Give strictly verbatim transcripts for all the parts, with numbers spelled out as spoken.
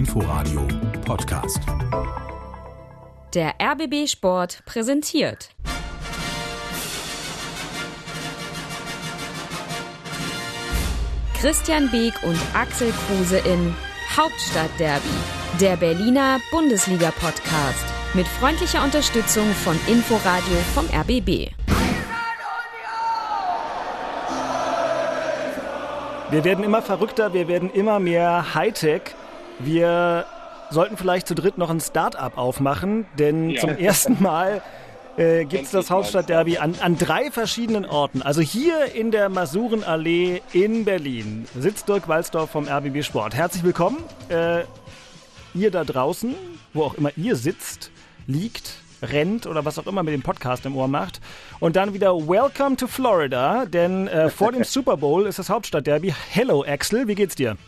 Inforadio Podcast. Der R B B Sport präsentiert. Christian Beek und Axel Kruse in Hauptstadtderby, der Berliner Bundesliga-Podcast. Mit freundlicher Unterstützung von Inforadio vom R B B. Wir werden immer verrückter, wir werden immer mehr Hightech. Wir sollten vielleicht zu dritt noch ein Start-up aufmachen, denn ja. zum ersten Mal äh, gibt es das Hauptstadtderby an, an drei verschiedenen Orten. Also hier in der Masurenallee in Berlin sitzt Dirk Walzdorf vom R B B Sport. Herzlich willkommen. Äh, ihr da draußen, wo auch immer ihr sitzt, liegt, rennt oder was auch immer mit dem Podcast im Ohr macht. Und dann wieder Welcome to Florida, denn äh, vor dem Super Bowl ist das Hauptstadtderby. Hello Axel, wie geht's dir?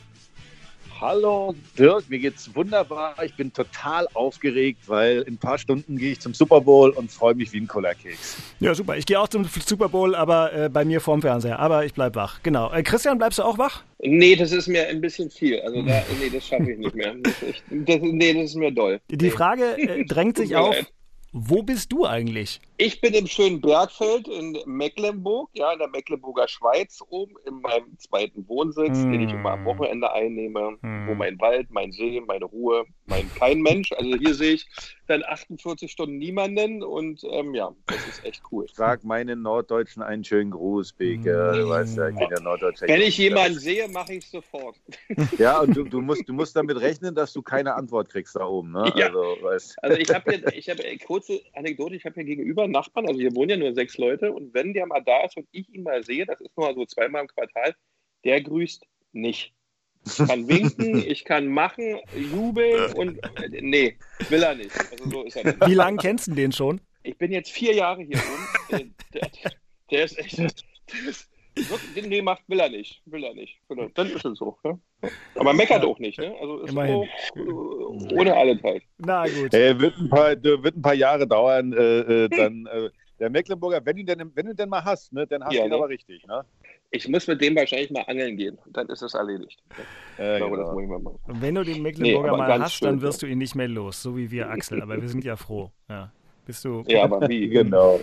Hallo Dirk, mir geht's wunderbar. Ich bin total aufgeregt, weil in ein paar Stunden gehe ich zum Super Bowl und freue mich wie ein Cola-Keks. Ja, super. Ich gehe auch zum Super Bowl, aber äh, bei mir vorm Fernseher. Aber ich bleib wach. Genau. Äh, Christian, bleibst du auch wach? Nee, das ist mir ein bisschen viel. Also da, nee, das schaffe ich nicht mehr. Das ist echt, das, nee, das ist mir doll. Die Frage äh, drängt sich auf, wo bist du eigentlich? Ich bin im schönen Bergfeld in Mecklenburg, ja, in der Mecklenburger Schweiz oben, in meinem zweiten Wohnsitz, mm. den ich immer am Wochenende einnehme, mm. wo mein Wald, mein See, meine Ruhe, mein kein Mensch. Also hier sehe ich dann achtundvierzig Stunden niemanden und ähm, ja, das ist echt cool. Sag meinen Norddeutschen einen schönen Gruß, Beke. Du weißt ja, ich bin ja Norddeutscher. Wenn ich jemanden sehe, mache ich es sofort. Ja, und du, du, musst, du musst damit rechnen, dass du keine Antwort kriegst da oben. Ne? Ja. Also, weißt. also ich habe hier, ich habe kurze Anekdote, ich habe hier gegenüber Nachbarn, also hier wohnen ja nur sechs Leute und wenn der mal da ist und ich ihn mal sehe, das ist nur so zweimal im Quartal, der grüßt nicht. Ich kann winken, ich kann machen, jubeln und äh, nee, will er nicht. Also so ist er nicht. Wie lange kennst du den schon? Ich bin jetzt vier Jahre hier oben. Der, der ist echt, der ist, nee, macht, will er nicht, will er nicht. Dann ist es so. Ne? Aber meckert auch nicht, ne? Also ist Immerhin. So, ohne alles halt. Na gut. Äh, wird, ein paar, wird ein paar Jahre dauern, äh, äh, dann äh, der Mecklenburger, wenn du denn, wenn du denn mal hast, ne, dann hast ja, du ihn ne? aber richtig, ne? Ich muss mit dem wahrscheinlich mal angeln gehen. Dann ist es erledigt. Äh, ich glaube, genau. das muss ich mal machen. Wenn du den Mecklenburger nee, mal hast, schön, dann wirst du ihn nicht mehr los, so wie wir Axel. Aber wir sind ja froh. Ja. Bist du? Ja, aber wie? Genau.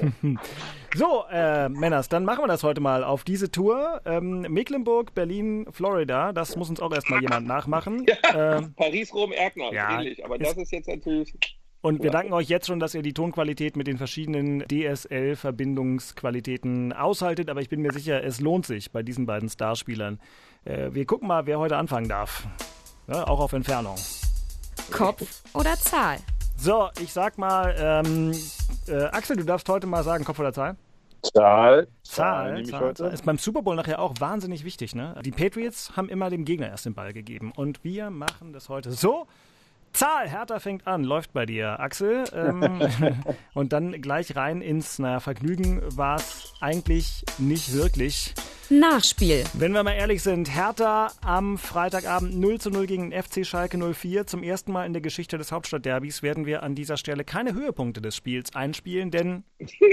So, äh, Männers, dann machen wir das heute mal auf diese Tour. Ähm, Mecklenburg, Berlin, Florida, das muss uns auch erstmal jemand nachmachen. Ja, äh, Paris, Rom, Erkner, ja, ähnlich. Aber das ist jetzt natürlich... Und wir danken euch jetzt schon, dass ihr die Tonqualität mit den verschiedenen D S L-Verbindungsqualitäten aushaltet. Aber ich bin mir sicher, es lohnt sich bei diesen beiden Starspielern. Äh, wir gucken mal, wer heute anfangen darf. Ja, auch auf Entfernung. Kopf oder Zahl? So, ich sag mal, ähm, äh, Axel, du darfst heute mal sagen, Kopf oder Zahl? Zahl. Zahl, Zahl, Zahl. Ist beim Super Bowl nachher auch wahnsinnig wichtig, ne? Die Patriots haben immer dem Gegner erst den Ball gegeben. Und wir machen das heute so. Zahl, Hertha fängt an, läuft bei dir, Axel. Ähm, und dann gleich rein ins, naja, Vergnügen war es eigentlich nicht wirklich. Nachspiel. Wenn wir mal ehrlich sind, Hertha am Freitagabend null zu null gegen den F C Schalke null vier. Zum ersten Mal in der Geschichte des Hauptstadtderbys werden wir an dieser Stelle keine Höhepunkte des Spiels einspielen, denn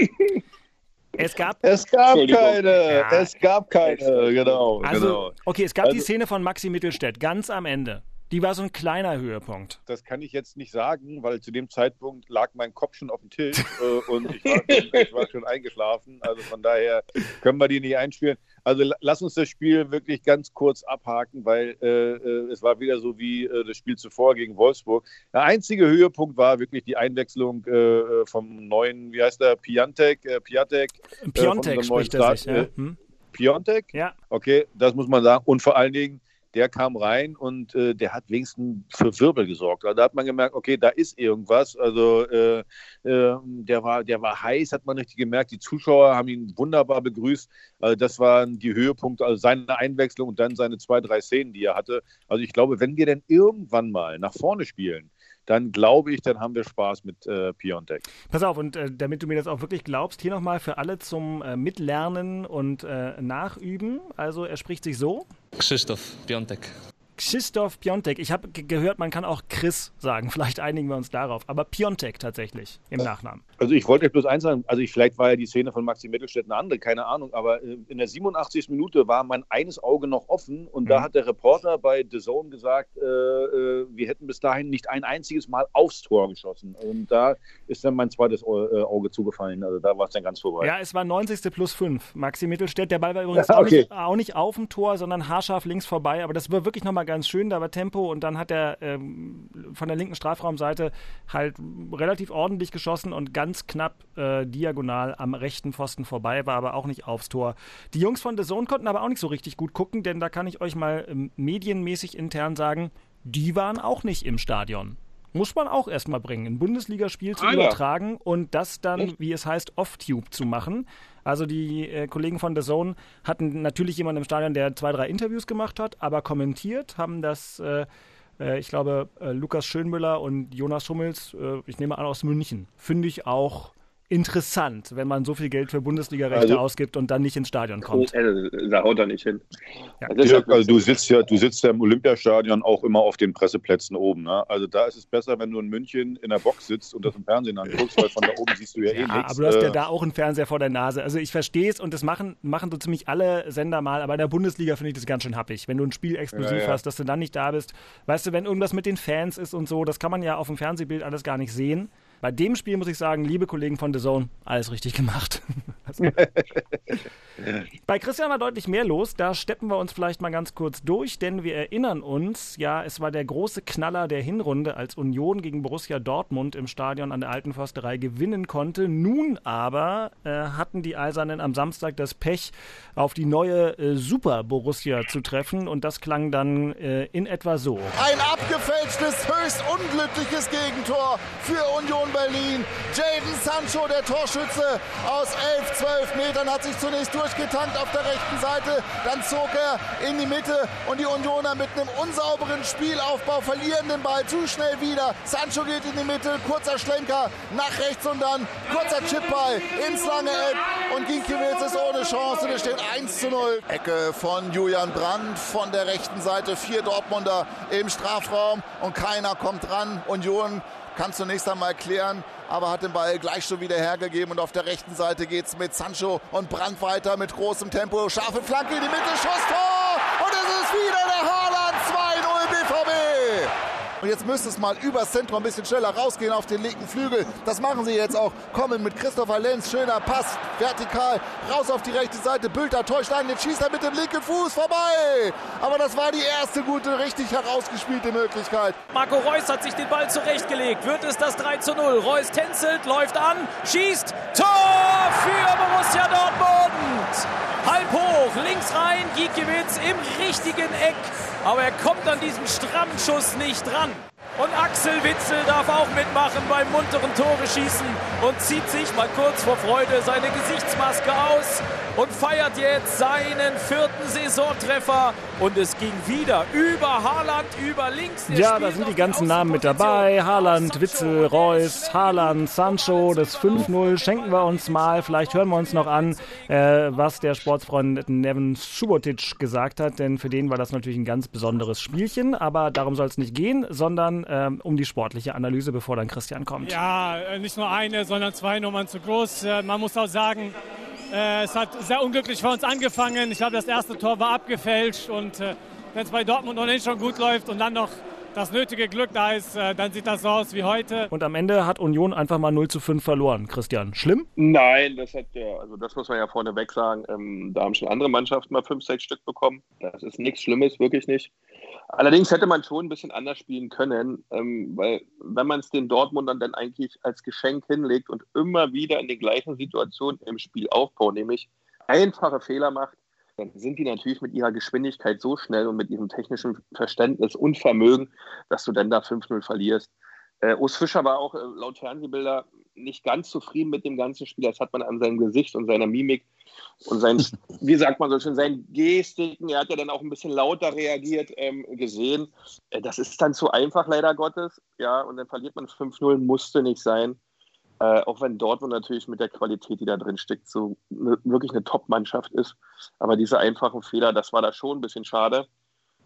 es gab... Es gab keine, ja. es gab keine, genau. Also, genau. okay, es gab also, die Szene von Maxi Mittelstädt ganz am Ende. Die war so ein kleiner Höhepunkt. Das kann ich jetzt nicht sagen, weil zu dem Zeitpunkt lag mein Kopf schon auf dem Tisch äh, und ich war, schon, ich war schon eingeschlafen. Also von daher können wir die nicht einspielen. Also lass uns das Spiel wirklich ganz kurz abhaken, weil äh, es war wieder so wie äh, das Spiel zuvor gegen Wolfsburg. Der einzige Höhepunkt war wirklich die Einwechslung äh, vom neuen, wie heißt der, Piatek? Äh, Piatek Piontek äh, spricht er sich. Ja. Hm? Piontek? Ja. Okay, das muss man sagen. Und vor allen Dingen, der kam rein und äh, der hat wenigstens für Wirbel gesorgt. Also da hat man gemerkt, okay, da ist irgendwas. Also äh, äh, der war, der war heiß, hat man richtig gemerkt. Die Zuschauer haben ihn wunderbar begrüßt. Also das waren die Höhepunkte, also seine Einwechslung und dann seine zwei, drei Szenen, die er hatte. Also ich glaube, wenn wir denn irgendwann mal nach vorne spielen, dann glaube ich, dann haben wir Spaß mit äh, Piontek. Pass auf, und äh, damit du mir das auch wirklich glaubst, hier nochmal für alle zum äh, Mitlernen und äh, Nachüben. Also er spricht sich so. Krzysztof Piontek. Krzysztof Piątek. Ich habe g- gehört, man kann auch Chris sagen. Vielleicht einigen wir uns darauf. Aber Piątek tatsächlich im Nachnamen. Also ich wollte bloß eins sagen, also ich, vielleicht war ja die Szene von Maxi Mittelstädt eine andere, keine Ahnung, aber äh, in der siebenundachtzigsten Minute war mein eines Auge noch offen und mhm. da hat der Reporter bei The Zone gesagt, äh, äh, wir hätten bis dahin nicht ein einziges Mal aufs Tor geschossen. Und da ist dann mein zweites Auge zugefallen, also da war es dann ganz vorbei. Ja, es war neunzigste plus fünf. Maxi Mittelstädt, der Ball war übrigens ja, okay. auch, nicht, auch nicht auf dem Tor, sondern haarscharf links vorbei, aber das war wirklich nochmal ganz schön, da war Tempo und dann hat er ähm, von der linken Strafraumseite halt relativ ordentlich geschossen und ganz knapp äh, diagonal am rechten Pfosten vorbei, war aber auch nicht aufs Tor. Die Jungs von The Zone konnten aber auch nicht so richtig gut gucken, denn da kann ich euch mal ähm, medienmäßig intern sagen, die waren auch nicht im Stadion. Muss man auch erstmal bringen, ein Bundesligaspiel zu ah, übertragen ja. und das dann, Echt? wie es heißt, off-tube zu machen. Also die äh, Kollegen von The Zone hatten natürlich jemanden im Stadion, der zwei, drei Interviews gemacht hat, aber kommentiert haben das, äh, äh, ich glaube, äh, Lukas Schönmüller und Jonas Hummels, äh, ich nehme an, aus München. Finde ich auch interessant, wenn man so viel Geld für Bundesliga-Rechte also, ausgibt und dann nicht ins Stadion kommt. Da haut er nicht hin. Ja. Dirk, also du sitzt ja, du sitzt ja im Olympiastadion auch immer auf den Presseplätzen oben. Ne? Also da ist es besser, wenn du in München in der Box sitzt und das im Fernsehen anguckst, weil von da oben siehst du ja, ja eh nichts. Aber du hast ja da auch einen Fernseher vor der Nase. Also ich verstehe es und das machen, machen so ziemlich alle Sender mal, aber in der Bundesliga finde ich das ganz schön happig. Wenn du ein Spiel exklusiv ja, ja. hast, dass du dann nicht da bist. Weißt du, wenn irgendwas mit den Fans ist und so, das kann man ja auf dem Fernsehbild alles gar nicht sehen. Bei dem Spiel muss ich sagen, liebe Kollegen von The Zone, alles richtig gemacht. Also, bei Christian war deutlich mehr los, da steppen wir uns vielleicht mal ganz kurz durch, denn wir erinnern uns, ja, es war der große Knaller der Hinrunde, als Union gegen Borussia Dortmund im Stadion an der Alten Försterei gewinnen konnte. Nun aber äh, hatten die Eisernen am Samstag das Pech, auf die neue äh, Super-Borussia zu treffen und das klang dann äh, in etwa so. Ein abgefälschtes, höchst unglückliches Gegentor für Union Berlin. Jadon Sancho, der Torschütze aus elf, zwölf Metern, hat sich zunächst durchgetankt auf der rechten Seite. Dann zog er in die Mitte und die Unioner mit einem unsauberen Spielaufbau verlieren den Ball zu schnell wieder. Sancho geht in die Mitte, kurzer Schlenker nach rechts und dann kurzer Chipball ins lange Eck und Ginkiewicz ist ohne Chance und es steht eins zu null. Ecke von Julian Brandt von der rechten Seite, vier Dortmunder im Strafraum und keiner kommt ran. Union kann zunächst einmal klären, aber hat den Ball gleich schon wieder hergegeben und auf der rechten Seite geht's mit Sancho und Brandt weiter mit großem Tempo. Scharfe Flanke in die Mitte, Schuss, Tor! Und es ist wieder der Haaland, zwei null B V B! Und jetzt müsste es mal übers Zentrum ein bisschen schneller rausgehen auf den linken Flügel. Das machen sie jetzt auch. Kommen mit Christopher Lenz. Schöner Pass. Vertikal. Raus auf die rechte Seite. Bülter täuscht an. Jetzt schießt er mit dem linken Fuß vorbei. Aber das war die erste gute, richtig herausgespielte Möglichkeit. Marco Reus hat sich den Ball zurechtgelegt. Wird es das drei zu null? Reus tänzelt, läuft an, schießt. Tor für Borussia Dortmund. Halb hoch, links rein. Ginkiewicz im richtigen Eck. Aber er kommt an diesem strammen Schuss nicht dran. Und Axel Witsel darf auch mitmachen beim munteren Tore schießen und zieht sich mal kurz vor Freude seine Gesichtsmaske aus und feiert jetzt seinen vierten Saisontreffer. Und es ging wieder über Haaland, über links. Der ja, da sind die ganzen Namen mit dabei. Haaland, Witsel, Reus, Haaland, Sancho. Das fünf null schenken wir uns mal. Vielleicht hören wir uns noch an, äh, was der Sportsfreund Neven Subotic gesagt hat. Denn für den war das natürlich ein ganz besonderes Spielchen. Aber darum soll es nicht gehen, sondern ähm, um die sportliche Analyse, bevor dann Christian kommt. Ja, nicht nur eine, sondern zwei Nummern zu groß. Äh, man muss auch sagen, äh, es hat sehr unglücklich für uns angefangen. Ich glaube, das erste Tor war abgefälscht. Und äh, wenn es bei Dortmund ohnehin schon gut läuft und dann noch das nötige Glück da ist, äh, dann sieht das so aus wie heute. Und am Ende hat Union einfach mal null zu fünf verloren. Christian, schlimm? Nein, das hat ja, also das muss man ja vorneweg sagen. Ähm, da haben schon andere Mannschaften mal fünf, sechs Stück bekommen. Das ist nichts Schlimmes, wirklich nicht. Allerdings hätte man schon ein bisschen anders spielen können, ähm, weil wenn man es den Dortmundern dann eigentlich als Geschenk hinlegt und immer wieder in den gleichen Situationen im Spielaufbau, nämlich einfache Fehler macht, dann sind die natürlich mit ihrer Geschwindigkeit so schnell und mit ihrem technischen Verständnis und Vermögen, dass du dann da fünf null verlierst. Äh, Urs Fischer war auch äh, laut Fernsehbilder nicht ganz zufrieden mit dem ganzen Spiel. Das hat man an seinem Gesicht und seiner Mimik und seinen, wie sagt man so schön, seinen Gestiken, er hat ja dann auch ein bisschen lauter reagiert, ähm, gesehen. Äh, das ist dann zu einfach, leider Gottes. Ja, und dann verliert man fünf null, musste nicht sein. Äh, auch wenn Dortmund natürlich mit der Qualität, die da drin steckt, so ne, wirklich eine Top-Mannschaft ist. Aber diese einfachen Fehler, das war da schon ein bisschen schade.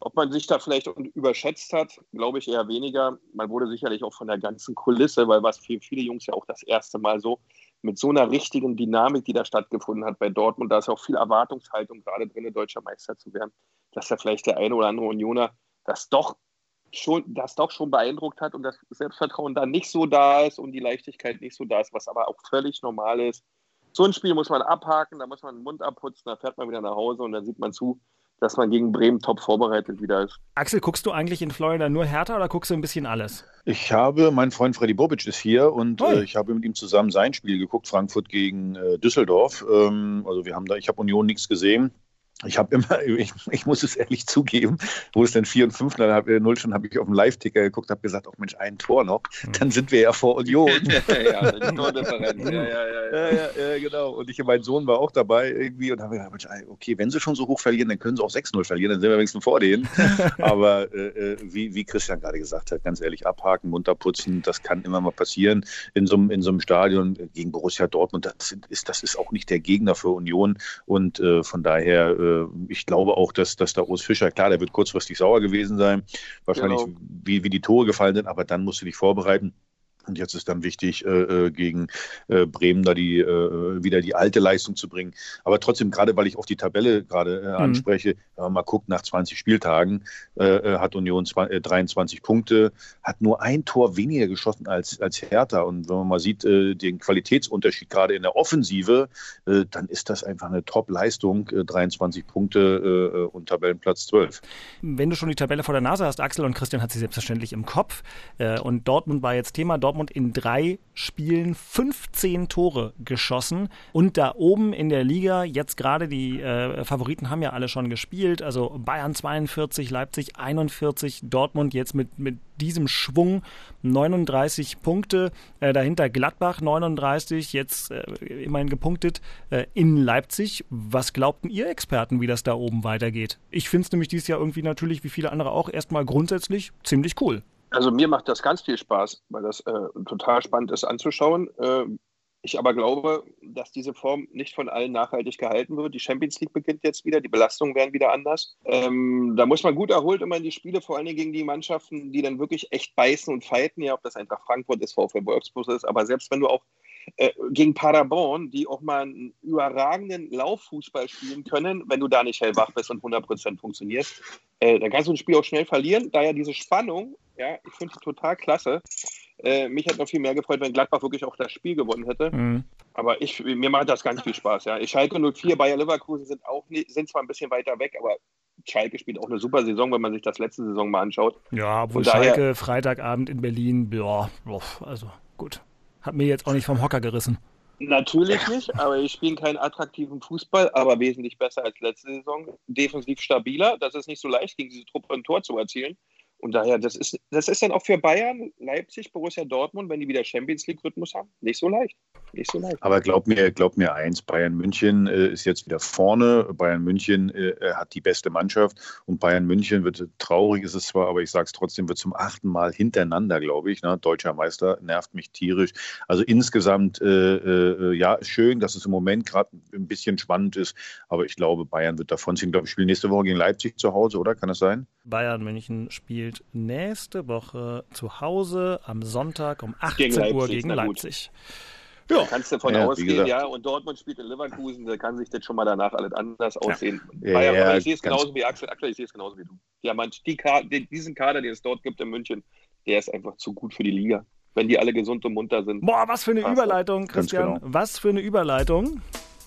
Ob man sich da vielleicht überschätzt hat, glaube ich eher weniger. Man wurde sicherlich auch von der ganzen Kulisse, weil was für viele Jungs ja auch das erste Mal so, mit so einer richtigen Dynamik, die da stattgefunden hat bei Dortmund, da ist auch viel Erwartungshaltung gerade drin, deutscher Meister zu werden, dass da vielleicht der eine oder andere Unioner das doch schon, das doch schon beeindruckt hat und das Selbstvertrauen da nicht so da ist und die Leichtigkeit nicht so da ist, was aber auch völlig normal ist. So ein Spiel muss man abhaken, da muss man den Mund abputzen, da fährt man wieder nach Hause und dann sieht man zu, dass man gegen Bremen top vorbereitet wieder ist. Axel, guckst du eigentlich in Florida nur Hertha oder guckst du ein bisschen alles? Ich habe, mein Freund Freddy Bobic ist hier und äh, ich habe mit ihm zusammen sein Spiel geguckt, Frankfurt gegen äh, Düsseldorf. Ähm, also wir haben da, ich habe Union nichts gesehen. Ich habe immer, ich, ich muss es ehrlich zugeben, wo es dann vier und fünf null schon, habe ich auf dem Live-Ticker geguckt, habe gesagt, oh Mensch, ein Tor noch, dann sind wir ja vor Union. ja, die Tordifferenz. Ja, ja, ja, ja. Ja, ja, ja, genau. Und ich, mein Sohn war auch dabei irgendwie und habe gedacht, Mensch, okay, wenn sie schon so hoch verlieren, dann können sie auch sechs null verlieren, dann sind wir wenigstens vor denen. Aber äh, wie, wie Christian gerade gesagt hat, ganz ehrlich, abhaken, munter putzen, das kann immer mal passieren in so, in so einem Stadion gegen Borussia Dortmund. Das ist, das ist auch nicht der Gegner für Union und äh, von daher äh, ich glaube auch, dass, dass da Urs Fischer, klar, der wird kurzfristig sauer gewesen sein, wahrscheinlich genau. wie, wie die Tore gefallen sind, aber dann musst du dich vorbereiten. Und jetzt ist dann wichtig, äh, gegen äh, Bremen da die äh, wieder die alte Leistung zu bringen. Aber trotzdem, gerade weil ich auf die Tabelle gerade äh, anspreche, wenn man mal guckt, nach zwanzig Spieltagen äh, hat Union zwanzig, dreiundzwanzig Punkte, hat nur ein Tor weniger geschossen als, als Hertha. Und wenn man mal sieht, äh, den Qualitätsunterschied gerade in der Offensive, äh, dann ist das einfach eine Top-Leistung, äh, dreiundzwanzig Punkte äh, und Tabellenplatz zwölf. Wenn du schon die Tabelle vor der Nase hast, Axel, und Christian hat sie selbstverständlich im Kopf, äh, und Dortmund war jetzt Thema, Dortmund in drei Spielen fünfzehn Tore geschossen und da oben in der Liga jetzt gerade die äh, Favoriten haben ja alle schon gespielt, also Bayern zweiundvierzig, Leipzig einundvierzig, Dortmund jetzt mit, mit diesem Schwung neununddreißig Punkte, äh, dahinter Gladbach neununddreißig, jetzt äh, immerhin gepunktet äh, in Leipzig. Was glaubten ihr Experten, wie das da oben weitergeht? Ich finde es nämlich dieses Jahr irgendwie natürlich, wie viele andere auch, erstmal grundsätzlich ziemlich cool. Also mir macht das ganz viel Spaß, weil das äh, total spannend ist anzuschauen. Äh, ich aber glaube, dass diese Form nicht von allen nachhaltig gehalten wird. Die Champions League beginnt jetzt wieder, die Belastungen werden wieder anders. Ähm, da muss man gut erholt immer in die Spiele, vor allen Dingen gegen die Mannschaften, die dann wirklich echt beißen und fighten. Ja, ob das Eintracht Frankfurt ist, VfL Wolfsburg ist, aber selbst wenn du auch äh, gegen Paderborn, die auch mal einen überragenden Lauffußball spielen können, wenn du da nicht hellwach bist und hundert Prozent funktionierst, äh, dann kannst du ein Spiel auch schnell verlieren. Daher diese Spannung, ja, ich finde die total klasse. Äh, mich hätte noch viel mehr gefreut, wenn Gladbach wirklich auch das Spiel gewonnen hätte. Mhm. Aber ich, mir macht das ganz viel Spaß. Ja. Schalke null vier, Bayer Leverkusen sind, auch nicht, sind zwar ein bisschen weiter weg, aber Schalke spielt auch eine super Saison, wenn man sich das letzte Saison mal anschaut. Ja, obwohl daher, Schalke Freitagabend in Berlin, ja, also gut. Hat mir jetzt auch nicht vom Hocker gerissen. Natürlich nicht, aber die spielen keinen attraktiven Fußball, aber wesentlich besser als letzte Saison. Defensiv stabiler, das ist nicht so leicht, gegen diese Truppe ein Tor zu erzielen. Und daher, das ist, das ist dann auch für Bayern, Leipzig, Borussia Dortmund, wenn die wieder Champions League-Rhythmus haben, nicht so leicht. Nicht so leicht. Aber glaub mir, glaub mir eins, Bayern München äh, ist jetzt wieder vorne. Bayern München äh, hat die beste Mannschaft und Bayern München wird, traurig ist es zwar, aber ich sage es trotzdem, wird zum achten Mal hintereinander, glaube ich, ne? Deutscher Meister, nervt mich tierisch. Also insgesamt, äh, äh, ja, ist schön, dass es im Moment gerade ein bisschen spannend ist, aber ich glaube, Bayern wird davonziehen. Ich glaube, ich spiele nächste Woche gegen Leipzig zu Hause, oder? Kann das sein? Bayern München spielt nächste Woche zu Hause am Sonntag um achtzehn Uhr gegen Leipzig. Ja, da kannst du davon ja, ausgehen, ja, und Dortmund spielt in Leverkusen, da kann sich das schon mal danach alles anders aussehen. Ja. Bayern, ja, aber ich sehe es genauso wie Axel, Axel, ich sehe es genauso wie du. Ja, man, die Kader, diesen Kader, den es dort gibt in München, der ist einfach zu gut für die Liga. Wenn die alle gesund und munter sind. Boah, was für eine Passt Überleitung, Christian. Genau. Was für eine Überleitung.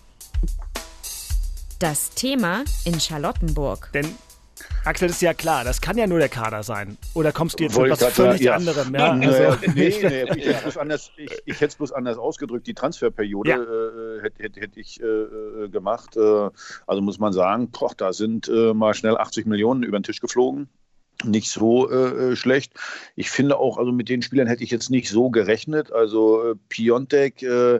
Das Thema in Charlottenburg. Denn Axel, das ist ja klar, das kann ja nur der Kader sein. Oder kommst du jetzt mit was völlig ja. anderem? Ja, also. naja, nee, nee, ich hätte es bloß, ich, ich bloß anders ausgedrückt. Die Transferperiode ja. äh, hätte hätt, hätt ich äh, gemacht. Äh, also muss man sagen, boah, da sind äh, mal schnell achtzig Millionen über den Tisch geflogen. Nicht so äh, schlecht. Ich finde auch, also mit den Spielern hätte ich jetzt nicht so gerechnet. Also äh, Piontek, äh,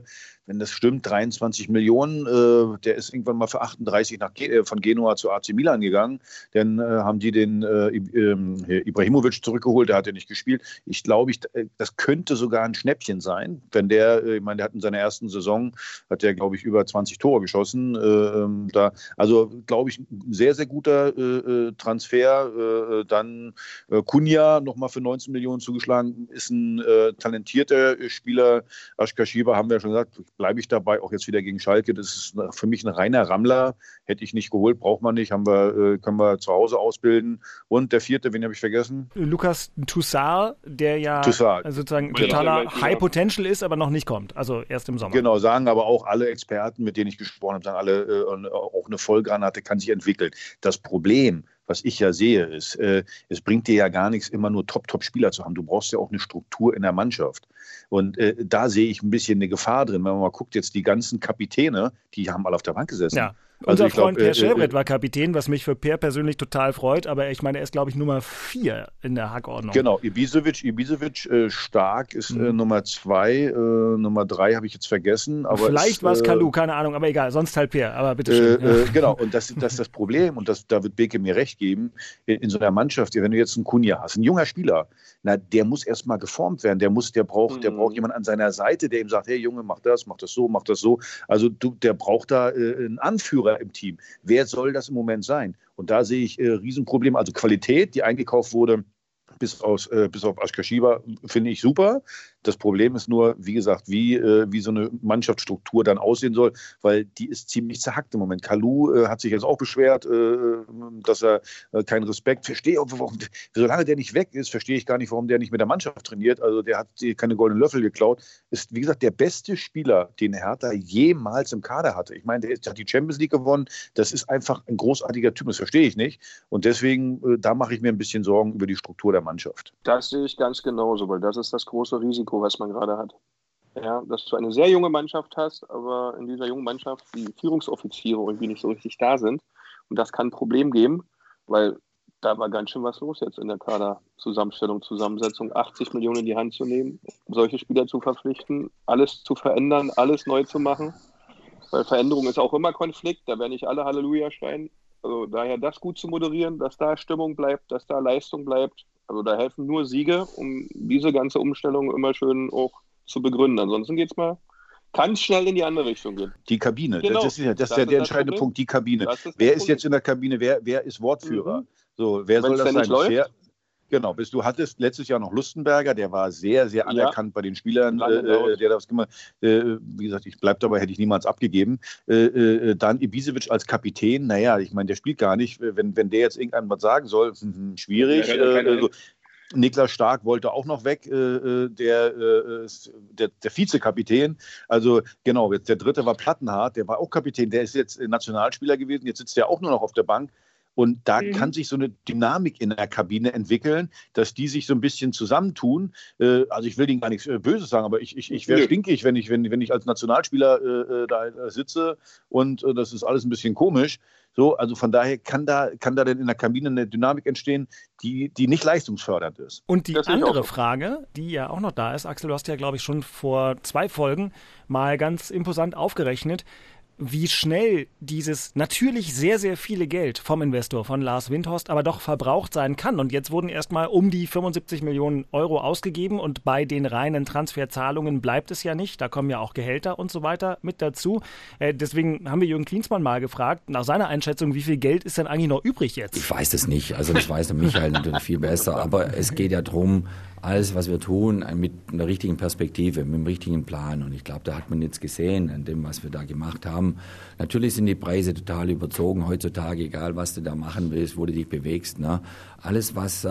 wenn das stimmt, dreiundzwanzig Millionen. Äh, der ist irgendwann mal für achtunddreißig nach Ge- äh, von Genua zu A C Milan gegangen. Dann äh, haben die den äh, äh, Ibrahimovic zurückgeholt, der hat ja nicht gespielt. Ich glaube, ich, das könnte sogar ein Schnäppchen sein, wenn der, äh, ich meine, der hat in seiner ersten Saison, hat der, glaube ich, über zwanzig Tore geschossen. Äh, da, also, glaube ich, ein sehr, sehr guter äh, Transfer. Äh, dann äh, Cunha nochmal für neunzehn Millionen zugeschlagen, ist ein äh, talentierter Spieler. Askashiba haben wir ja schon gesagt, bleibe ich dabei, auch jetzt wieder gegen Schalke. Das ist für mich ein reiner Rammler. Hätte ich nicht geholt, braucht man nicht. Haben wir, können wir zu Hause ausbilden. Und der vierte, wen habe ich vergessen? Lukas Toussaint, der ja Toussaint. sozusagen totaler High Potential ist, aber noch nicht kommt. Also erst im Sommer. Genau, sagen aber auch alle Experten, mit denen ich gesprochen habe, sagen alle, äh, auch eine Vollgranate kann sich entwickeln. Das Problem, was ich ja sehe, ist, äh, es bringt dir ja gar nichts, immer nur Top-Top-Spieler zu haben. Du brauchst ja auch eine Struktur in der Mannschaft. Und äh, da sehe ich ein bisschen eine Gefahr drin. Wenn man mal guckt, jetzt die ganzen Kapitäne, die haben alle auf der Bank gesessen. Ja. Also Unser Freund glaub, Per Schellbrett äh, war Kapitän, was mich für Per persönlich total freut. Aber ich meine, er ist, glaube ich, Nummer vier in der Hackordnung. Genau, Ibisevic, Ibisevic äh, stark ist mhm. äh, Nummer zwei. Äh, Nummer drei habe ich jetzt vergessen. Aber Vielleicht war es äh, Kalu, keine Ahnung, aber egal, sonst halt Per. Aber bitteschön. Äh, äh, genau, und das, das ist das Problem, und das, da wird Beke mir recht geben, in, in so einer Mannschaft, wenn du jetzt einen Cunha hast, ein junger Spieler, na, der muss erstmal geformt werden, der muss, der braucht, mhm. der braucht jemanden an seiner Seite, der ihm sagt, hey Junge, mach das, mach das so, mach das so. Also du, der braucht da äh, einen Anführer im Team. Wer soll das im Moment sein? Und da sehe ich äh, Riesenprobleme. Also Qualität, die eingekauft wurde, bis, aus, äh, bis auf Askashiba, finde ich super. Das Problem ist nur, wie gesagt, wie, äh, wie so eine Mannschaftsstruktur dann aussehen soll, weil die ist ziemlich zerhackt im Moment. Kalu äh, hat sich jetzt auch beschwert, äh, dass er äh, keinen Respekt, verstehe, warum, solange der nicht weg ist, verstehe ich gar nicht, warum der nicht mit der Mannschaft trainiert. Also der hat keine goldenen Löffel geklaut. Ist, wie gesagt, der beste Spieler, den Hertha jemals im Kader hatte. Ich meine, der hat die Champions League gewonnen. Das ist einfach ein großartiger Typ, das verstehe ich nicht. Und deswegen, äh, da mache ich mir ein bisschen Sorgen über die Struktur der Mannschaft. Das sehe ich ganz genauso, weil das ist das große Risiko, was man gerade hat. Ja, dass du eine sehr junge Mannschaft hast, aber in dieser jungen Mannschaft die Führungsoffiziere irgendwie nicht so richtig da sind. Und das kann ein Problem geben, weil da war ganz schön was los jetzt in der Kaderzusammenstellung, Zusammensetzung. achtzig Millionen in die Hand zu nehmen, solche Spieler zu verpflichten, alles zu verändern, alles neu zu machen. Weil Veränderung ist auch immer Konflikt, da werden nicht alle Halleluja schreien. Also daher das gut zu moderieren, dass da Stimmung bleibt, dass da Leistung bleibt. Also da helfen nur Siege, um diese ganze Umstellung immer schön auch zu begründen. Ansonsten geht's mal, kann schnell in die andere Richtung gehen. Die Kabine, genau. das ist, ja, das das ist ja ist der das entscheidende Problem. Punkt, die Kabine. Das ist Wer das ist Problem. jetzt in der Kabine, wer, wer ist Wortführer? Mhm. So, wer Wenn's soll das denn sein? nicht läuft? Wer, genau, bis du hattest letztes Jahr noch Lustenberger, der war sehr, sehr anerkannt ja. bei den Spielern, äh, der das gemacht, äh, wie gesagt, ich bleib dabei, hätte ich niemals abgegeben. Äh, äh, dann Ibisevic als Kapitän, naja, ich meine, der spielt gar nicht, wenn, wenn der jetzt irgendwann was sagen soll, hm, schwierig. Ja, äh, so. Niklas Stark wollte auch noch weg, äh, der, äh, der, der Vizekapitän. Also genau, jetzt der dritte war Plattenhardt, der war auch Kapitän, der ist jetzt Nationalspieler gewesen, jetzt sitzt er auch nur noch auf der Bank. Und da mhm. kann sich so eine Dynamik in der Kabine entwickeln, dass die sich so ein bisschen zusammentun. Äh, also ich will denen gar nichts äh, Böses sagen, aber ich, ich, ich wäre stinkig, wenn ich, wenn, wenn ich als Nationalspieler äh, da sitze und äh, das ist alles ein bisschen komisch. So, also von daher kann da, kann da denn in der Kabine eine Dynamik entstehen, die, die nicht leistungsfördernd ist. Und die andere Frage, die ja auch noch da ist, Axel, du hast ja, glaube ich, schon vor zwei Folgen mal ganz imposant aufgerechnet, wie schnell dieses natürlich sehr, sehr viele Geld vom Investor, von Lars Windhorst, aber doch verbraucht sein kann. Und jetzt wurden erstmal um die fünfundsiebzig Millionen Euro ausgegeben und bei den reinen Transferzahlungen bleibt es ja nicht. Da kommen ja auch Gehälter und so weiter mit dazu. Äh, deswegen haben wir Jürgen Klinsmann mal gefragt, nach seiner Einschätzung, wie viel Geld ist denn eigentlich noch übrig jetzt? Ich weiß es nicht. Also das weiß der Michael natürlich viel besser. Aber es geht ja darum, alles, was wir tun, mit einer richtigen Perspektive, mit einem richtigen Plan. Und ich glaube, da hat man jetzt gesehen, an dem, was wir da gemacht haben. Natürlich sind die Preise total überzogen heutzutage, egal was du da machen willst, wo du dich bewegst. Ne? Alles, was äh,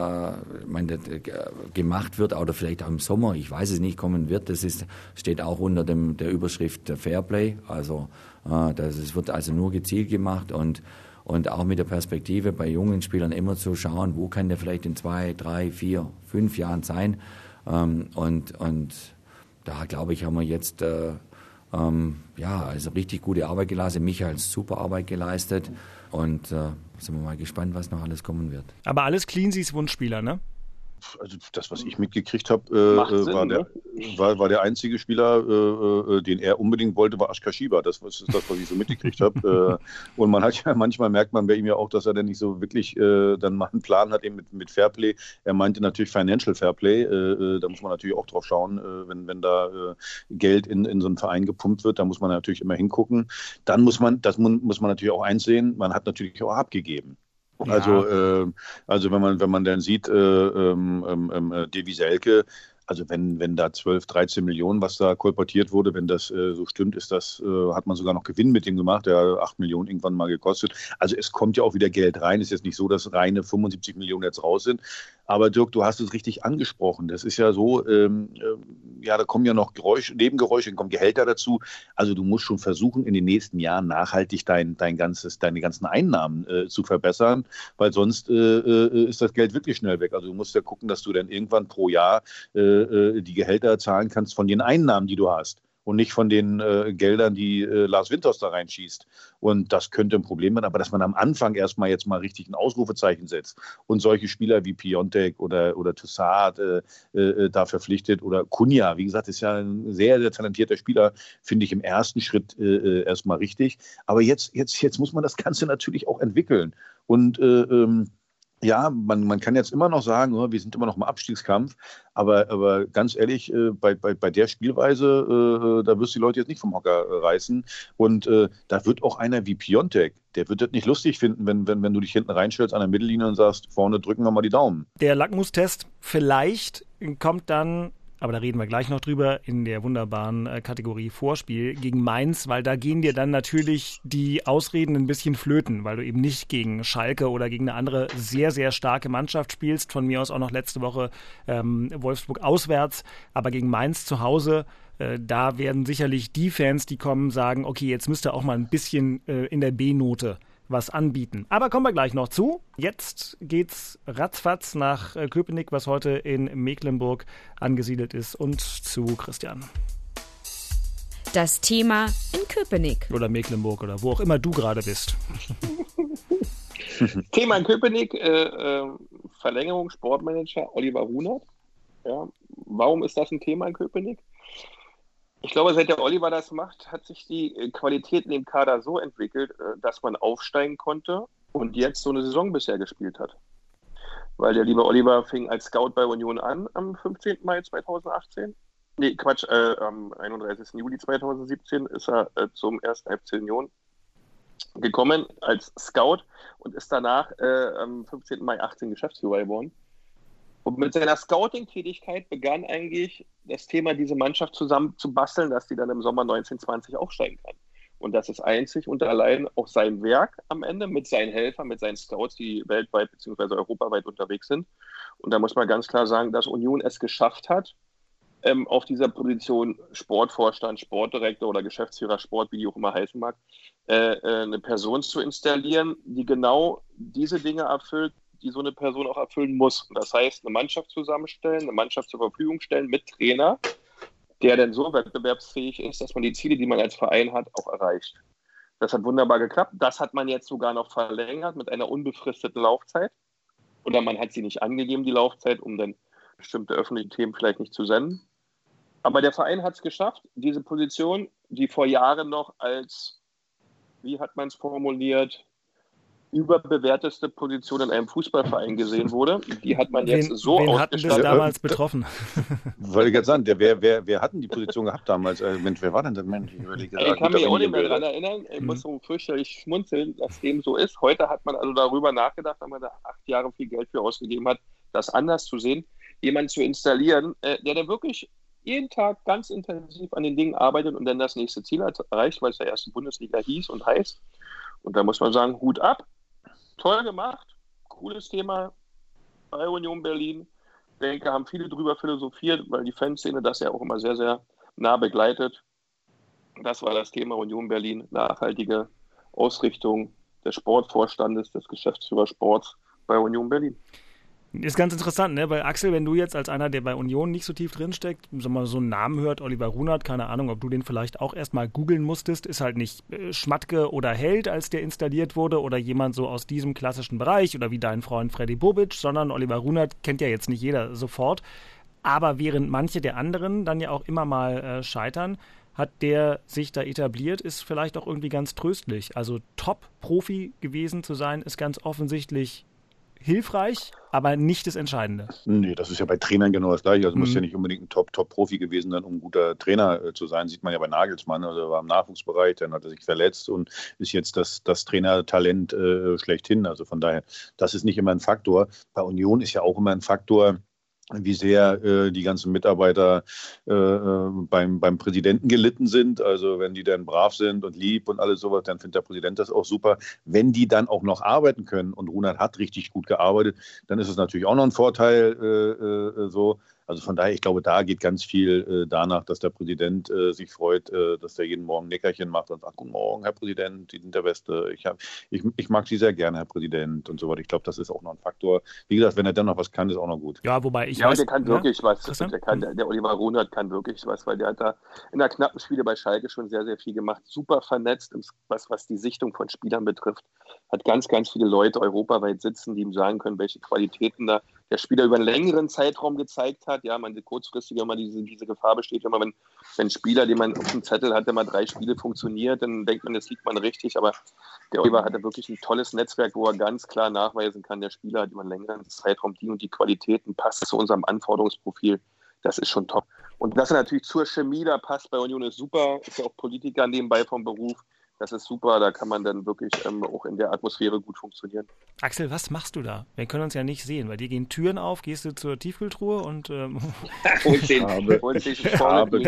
meine, gemacht wird, oder vielleicht auch im Sommer, ich weiß es nicht, kommen wird, das ist, steht auch unter dem, der Überschrift Fairplay. Also äh, das, es wird also nur gezielt gemacht und Und auch mit der Perspektive bei jungen Spielern immer zu schauen, wo kann der vielleicht in zwei, drei, vier, fünf Jahren sein. Ähm, und, und da, glaube ich, haben wir jetzt äh, ähm, ja, also richtig gute Arbeit geleistet. Michael hat super Arbeit geleistet. Und äh, sind wir mal gespannt, was noch alles kommen wird. Aber alles Cleanseys Wunschspieler, ne? Also das, was ich mitgekriegt habe, äh, war, der, war, war der einzige Spieler, äh, den er unbedingt wollte, war Askar Schieber. Das ist das, was ich so mitgekriegt habe. äh, und man hat ja, manchmal merkt man bei ihm ja auch, dass er dann nicht so wirklich äh, dann mal einen Plan hat eben mit, mit Fairplay. Er meinte natürlich Financial Fairplay. Äh, da muss man natürlich auch drauf schauen, äh, wenn, wenn da äh, Geld in, in so einen Verein gepumpt wird, da muss man natürlich immer hingucken. Dann muss man, das muss man natürlich auch einsehen, man hat natürlich auch abgegeben. Ja. Also, äh, also wenn man wenn man dann sieht, äh, ähm, ähm, äh, Davy Selke, also wenn wenn da zwölf, dreizehn Millionen, was da kolportiert wurde, wenn das äh, so stimmt, ist das, äh, hat man sogar noch Gewinn mit dem gemacht, der hat acht Millionen irgendwann mal gekostet. Also es kommt ja auch wieder Geld rein. Ist jetzt nicht so, dass reine fünfundsiebzig Millionen jetzt raus sind. Aber Dirk, du hast es richtig angesprochen. Das ist ja so, ähm, äh, ja, da kommen ja noch Geräusche, Nebengeräusche, dann kommen Gehälter dazu. Also du musst schon versuchen, in den nächsten Jahren nachhaltig dein, dein ganzes, deine ganzen Einnahmen äh, zu verbessern, weil sonst äh, äh, ist das Geld wirklich schnell weg. Also du musst ja gucken, dass du dann irgendwann pro Jahr äh, äh, die Gehälter zahlen kannst von den Einnahmen, die du hast. Und nicht von den äh, Geldern, die äh, Lars Winters da reinschießt. Und das könnte ein Problem sein, aber dass man am Anfang erstmal jetzt mal richtig ein Ausrufezeichen setzt und solche Spieler wie Piontek oder, oder Toussaint äh, äh, da verpflichtet oder Cunha, wie gesagt, ist ja ein sehr, sehr talentierter Spieler, finde ich im ersten Schritt äh, erstmal richtig. Aber jetzt, jetzt, jetzt muss man das Ganze natürlich auch entwickeln. Und äh, ähm, ja, man, man kann jetzt immer noch sagen, oh, wir sind immer noch im Abstiegskampf, aber, aber ganz ehrlich, äh, bei, bei, bei der Spielweise, äh, da wirst du die Leute jetzt nicht vom Hocker äh, reißen. Und äh, da wird auch einer wie Piontek, der wird das nicht lustig finden, wenn, wenn, wenn du dich hinten reinstellst an der Mittellinie und sagst, vorne drücken wir mal die Daumen. Der Lackmustest vielleicht kommt dann, aber da reden wir gleich noch drüber, in der wunderbaren äh, Kategorie Vorspiel gegen Mainz, weil da gehen dir dann natürlich die Ausreden ein bisschen flöten, weil du eben nicht gegen Schalke oder gegen eine andere sehr, sehr starke Mannschaft spielst. Von mir aus auch noch letzte Woche ähm, Wolfsburg auswärts, aber gegen Mainz zu Hause, äh, da werden sicherlich die Fans, die kommen, sagen, okay, jetzt müsst ihr auch mal ein bisschen äh, in der B-Note was anbieten. Aber kommen wir gleich noch zu. Jetzt geht's ratzfatz nach Köpenick, was heute in Mecklenburg angesiedelt ist, und zu Christian. Das Thema in Köpenick. Oder Mecklenburg oder wo auch immer du gerade bist. Thema in Köpenick, äh, äh, Verlängerung, Sportmanager Oliver Runert. Ja, warum ist das ein Thema in Köpenick? Ich glaube, seit der Oliver das macht, hat sich die Qualität in dem Kader so entwickelt, dass man aufsteigen konnte und jetzt so eine Saison bisher gespielt hat. Weil der liebe Oliver fing als Scout bei Union an am fünfzehnten Mai zweitausendachtzehn. Nee, Quatsch, äh, am einunddreißigsten Juli zweitausendsiebzehn ist er äh, zum ersten F C Union gekommen als Scout und ist danach äh, am fünfzehnten Mai achtzehn Geschäftsführer geworden. Und mit seiner Scouting-Tätigkeit begann eigentlich das Thema, diese Mannschaft zusammen zu basteln, dass die dann im Sommer neunzehn zwanzig aufsteigen kann. Und das ist einzig und allein auch sein Werk am Ende mit seinen Helfern, mit seinen Scouts, die weltweit bzw. europaweit unterwegs sind. Und da muss man ganz klar sagen, dass Union es geschafft hat, ähm, auf dieser Position Sportvorstand, Sportdirektor oder Geschäftsführer Sport, wie die auch immer heißen mag, äh, äh, eine Person zu installieren, die genau diese Dinge erfüllt, die so eine Person auch erfüllen muss. Das heißt, eine Mannschaft zusammenstellen, eine Mannschaft zur Verfügung stellen mit Trainer, der dann so wettbewerbsfähig ist, dass man die Ziele, die man als Verein hat, auch erreicht. Das hat wunderbar geklappt. Das hat man jetzt sogar noch verlängert mit einer unbefristeten Laufzeit. Oder man hat sie nicht angegeben, die Laufzeit, um dann bestimmte öffentliche Themen vielleicht nicht zu senden. Aber der Verein hat es geschafft, diese Position, die vor Jahren noch als, wie hat man es formuliert, überbewerteste Position in einem Fußballverein gesehen wurde. Die hat man jetzt wen, so wen ausgestaltet. Wen hatten das damals betroffen? Wollte ich gerade sagen, der, wer, wer, wer hat denn die Position gehabt damals? Äh, Mensch, wer war denn das Mensch? Ich, ich kann mich auch nicht mehr daran erinnern. Ich hm. muss so fürchterlich schmunzeln, dass dem so ist. Heute hat man also darüber nachgedacht, wenn man da acht Jahre viel Geld für ausgegeben hat, das anders zu sehen, jemanden zu installieren, äh, der da wirklich jeden Tag ganz intensiv an den Dingen arbeitet und dann das nächste Ziel hat, erreicht, weil es der erste Bundesliga hieß und heißt. Und da muss man sagen, Hut ab. Toll gemacht, cooles Thema bei Union Berlin. Ich denke, haben viele drüber philosophiert, weil die Fanszene das ja auch immer sehr, sehr nah begleitet. Das war das Thema Union Berlin, nachhaltige Ausrichtung des Sportvorstandes, des Geschäftsführers Sports bei Union Berlin. Ist ganz interessant, ne? Weil Axel, wenn du jetzt als einer, der bei Union nicht so tief drinsteckt, so mal so einen Namen hört, Oliver Runert, keine Ahnung, ob du den vielleicht auch erstmal googeln musstest, ist halt nicht äh, Schmatke oder Held, als der installiert wurde oder jemand so aus diesem klassischen Bereich oder wie dein Freund Freddy Bobic, sondern Oliver Runert kennt ja jetzt nicht jeder sofort. Aber während manche der anderen dann ja auch immer mal äh, scheitern, hat der sich da etabliert, ist vielleicht auch irgendwie ganz tröstlich. Also Top-Profi gewesen zu sein, ist ganz offensichtlich hilfreich, aber nicht das Entscheidende. Nee, das ist ja bei Trainern genau das Gleiche. Also mhm. muss ja nicht unbedingt ein Top-Top-Profi gewesen sein, um ein guter Trainer äh, zu sein. Sieht man ja bei Nagelsmann. Also er war im Nachwuchsbereich, dann hat er sich verletzt und ist jetzt das, das Trainertalent äh, schlechthin. Also von daher, das ist nicht immer ein Faktor. Bei Union ist ja auch immer ein Faktor, wie sehr äh, die ganzen Mitarbeiter äh, beim, beim Präsidenten gelitten sind. Also wenn die dann brav sind und lieb und alles sowas, dann findet der Präsident das auch super. Wenn die dann auch noch arbeiten können, und Runert hat richtig gut gearbeitet, dann ist es natürlich auch noch ein Vorteil äh, äh, so. Also von daher, ich glaube, da geht ganz viel äh, danach, dass der Präsident äh, sich freut, äh, dass der jeden Morgen ein Nickerchen macht und sagt, guten Morgen, Herr Präsident, Sie sind der Beste. Ich, hab, ich, ich mag Sie sehr gerne, Herr Präsident und so weiter. Ich glaube, das ist auch noch ein Faktor. Wie gesagt, wenn er dann noch was kann, ist auch noch gut. Ja, wobei ich Ja, weiß, der kann ja? wirklich was. Der, kann, der, der Oliver Runert kann wirklich was, weil der hat da in der knappen Spiele bei Schalke schon sehr, sehr viel gemacht. Super vernetzt, was, was die Sichtung von Spielern betrifft. Hat ganz, ganz viele Leute europaweit sitzen, die ihm sagen können, welche Qualitäten da der Spieler über einen längeren Zeitraum gezeigt hat. Ja, man kurzfristig immer diese, diese Gefahr besteht, immer wenn, wenn ein Spieler, den man auf dem Zettel hat, der mal drei Spiele funktioniert, dann denkt man, jetzt liegt man richtig. Aber der Oliver hatte wirklich ein tolles Netzwerk, wo er ganz klar nachweisen kann, der Spieler hat über einen längeren Zeitraum die und die Qualitäten, passt zu unserem Anforderungsprofil. Das ist schon top. Und dass er natürlich zur Chemie da passt bei Union ist super. Ist ja auch Politiker nebenbei vom Beruf. Das ist super, da kann man dann wirklich ähm, auch in der Atmosphäre gut funktionieren. Axel, was machst du da? Wir können uns ja nicht sehen, weil dir gehen Türen auf, gehst du zur Tiefkühltruhe und ähm ich habe, ich habe,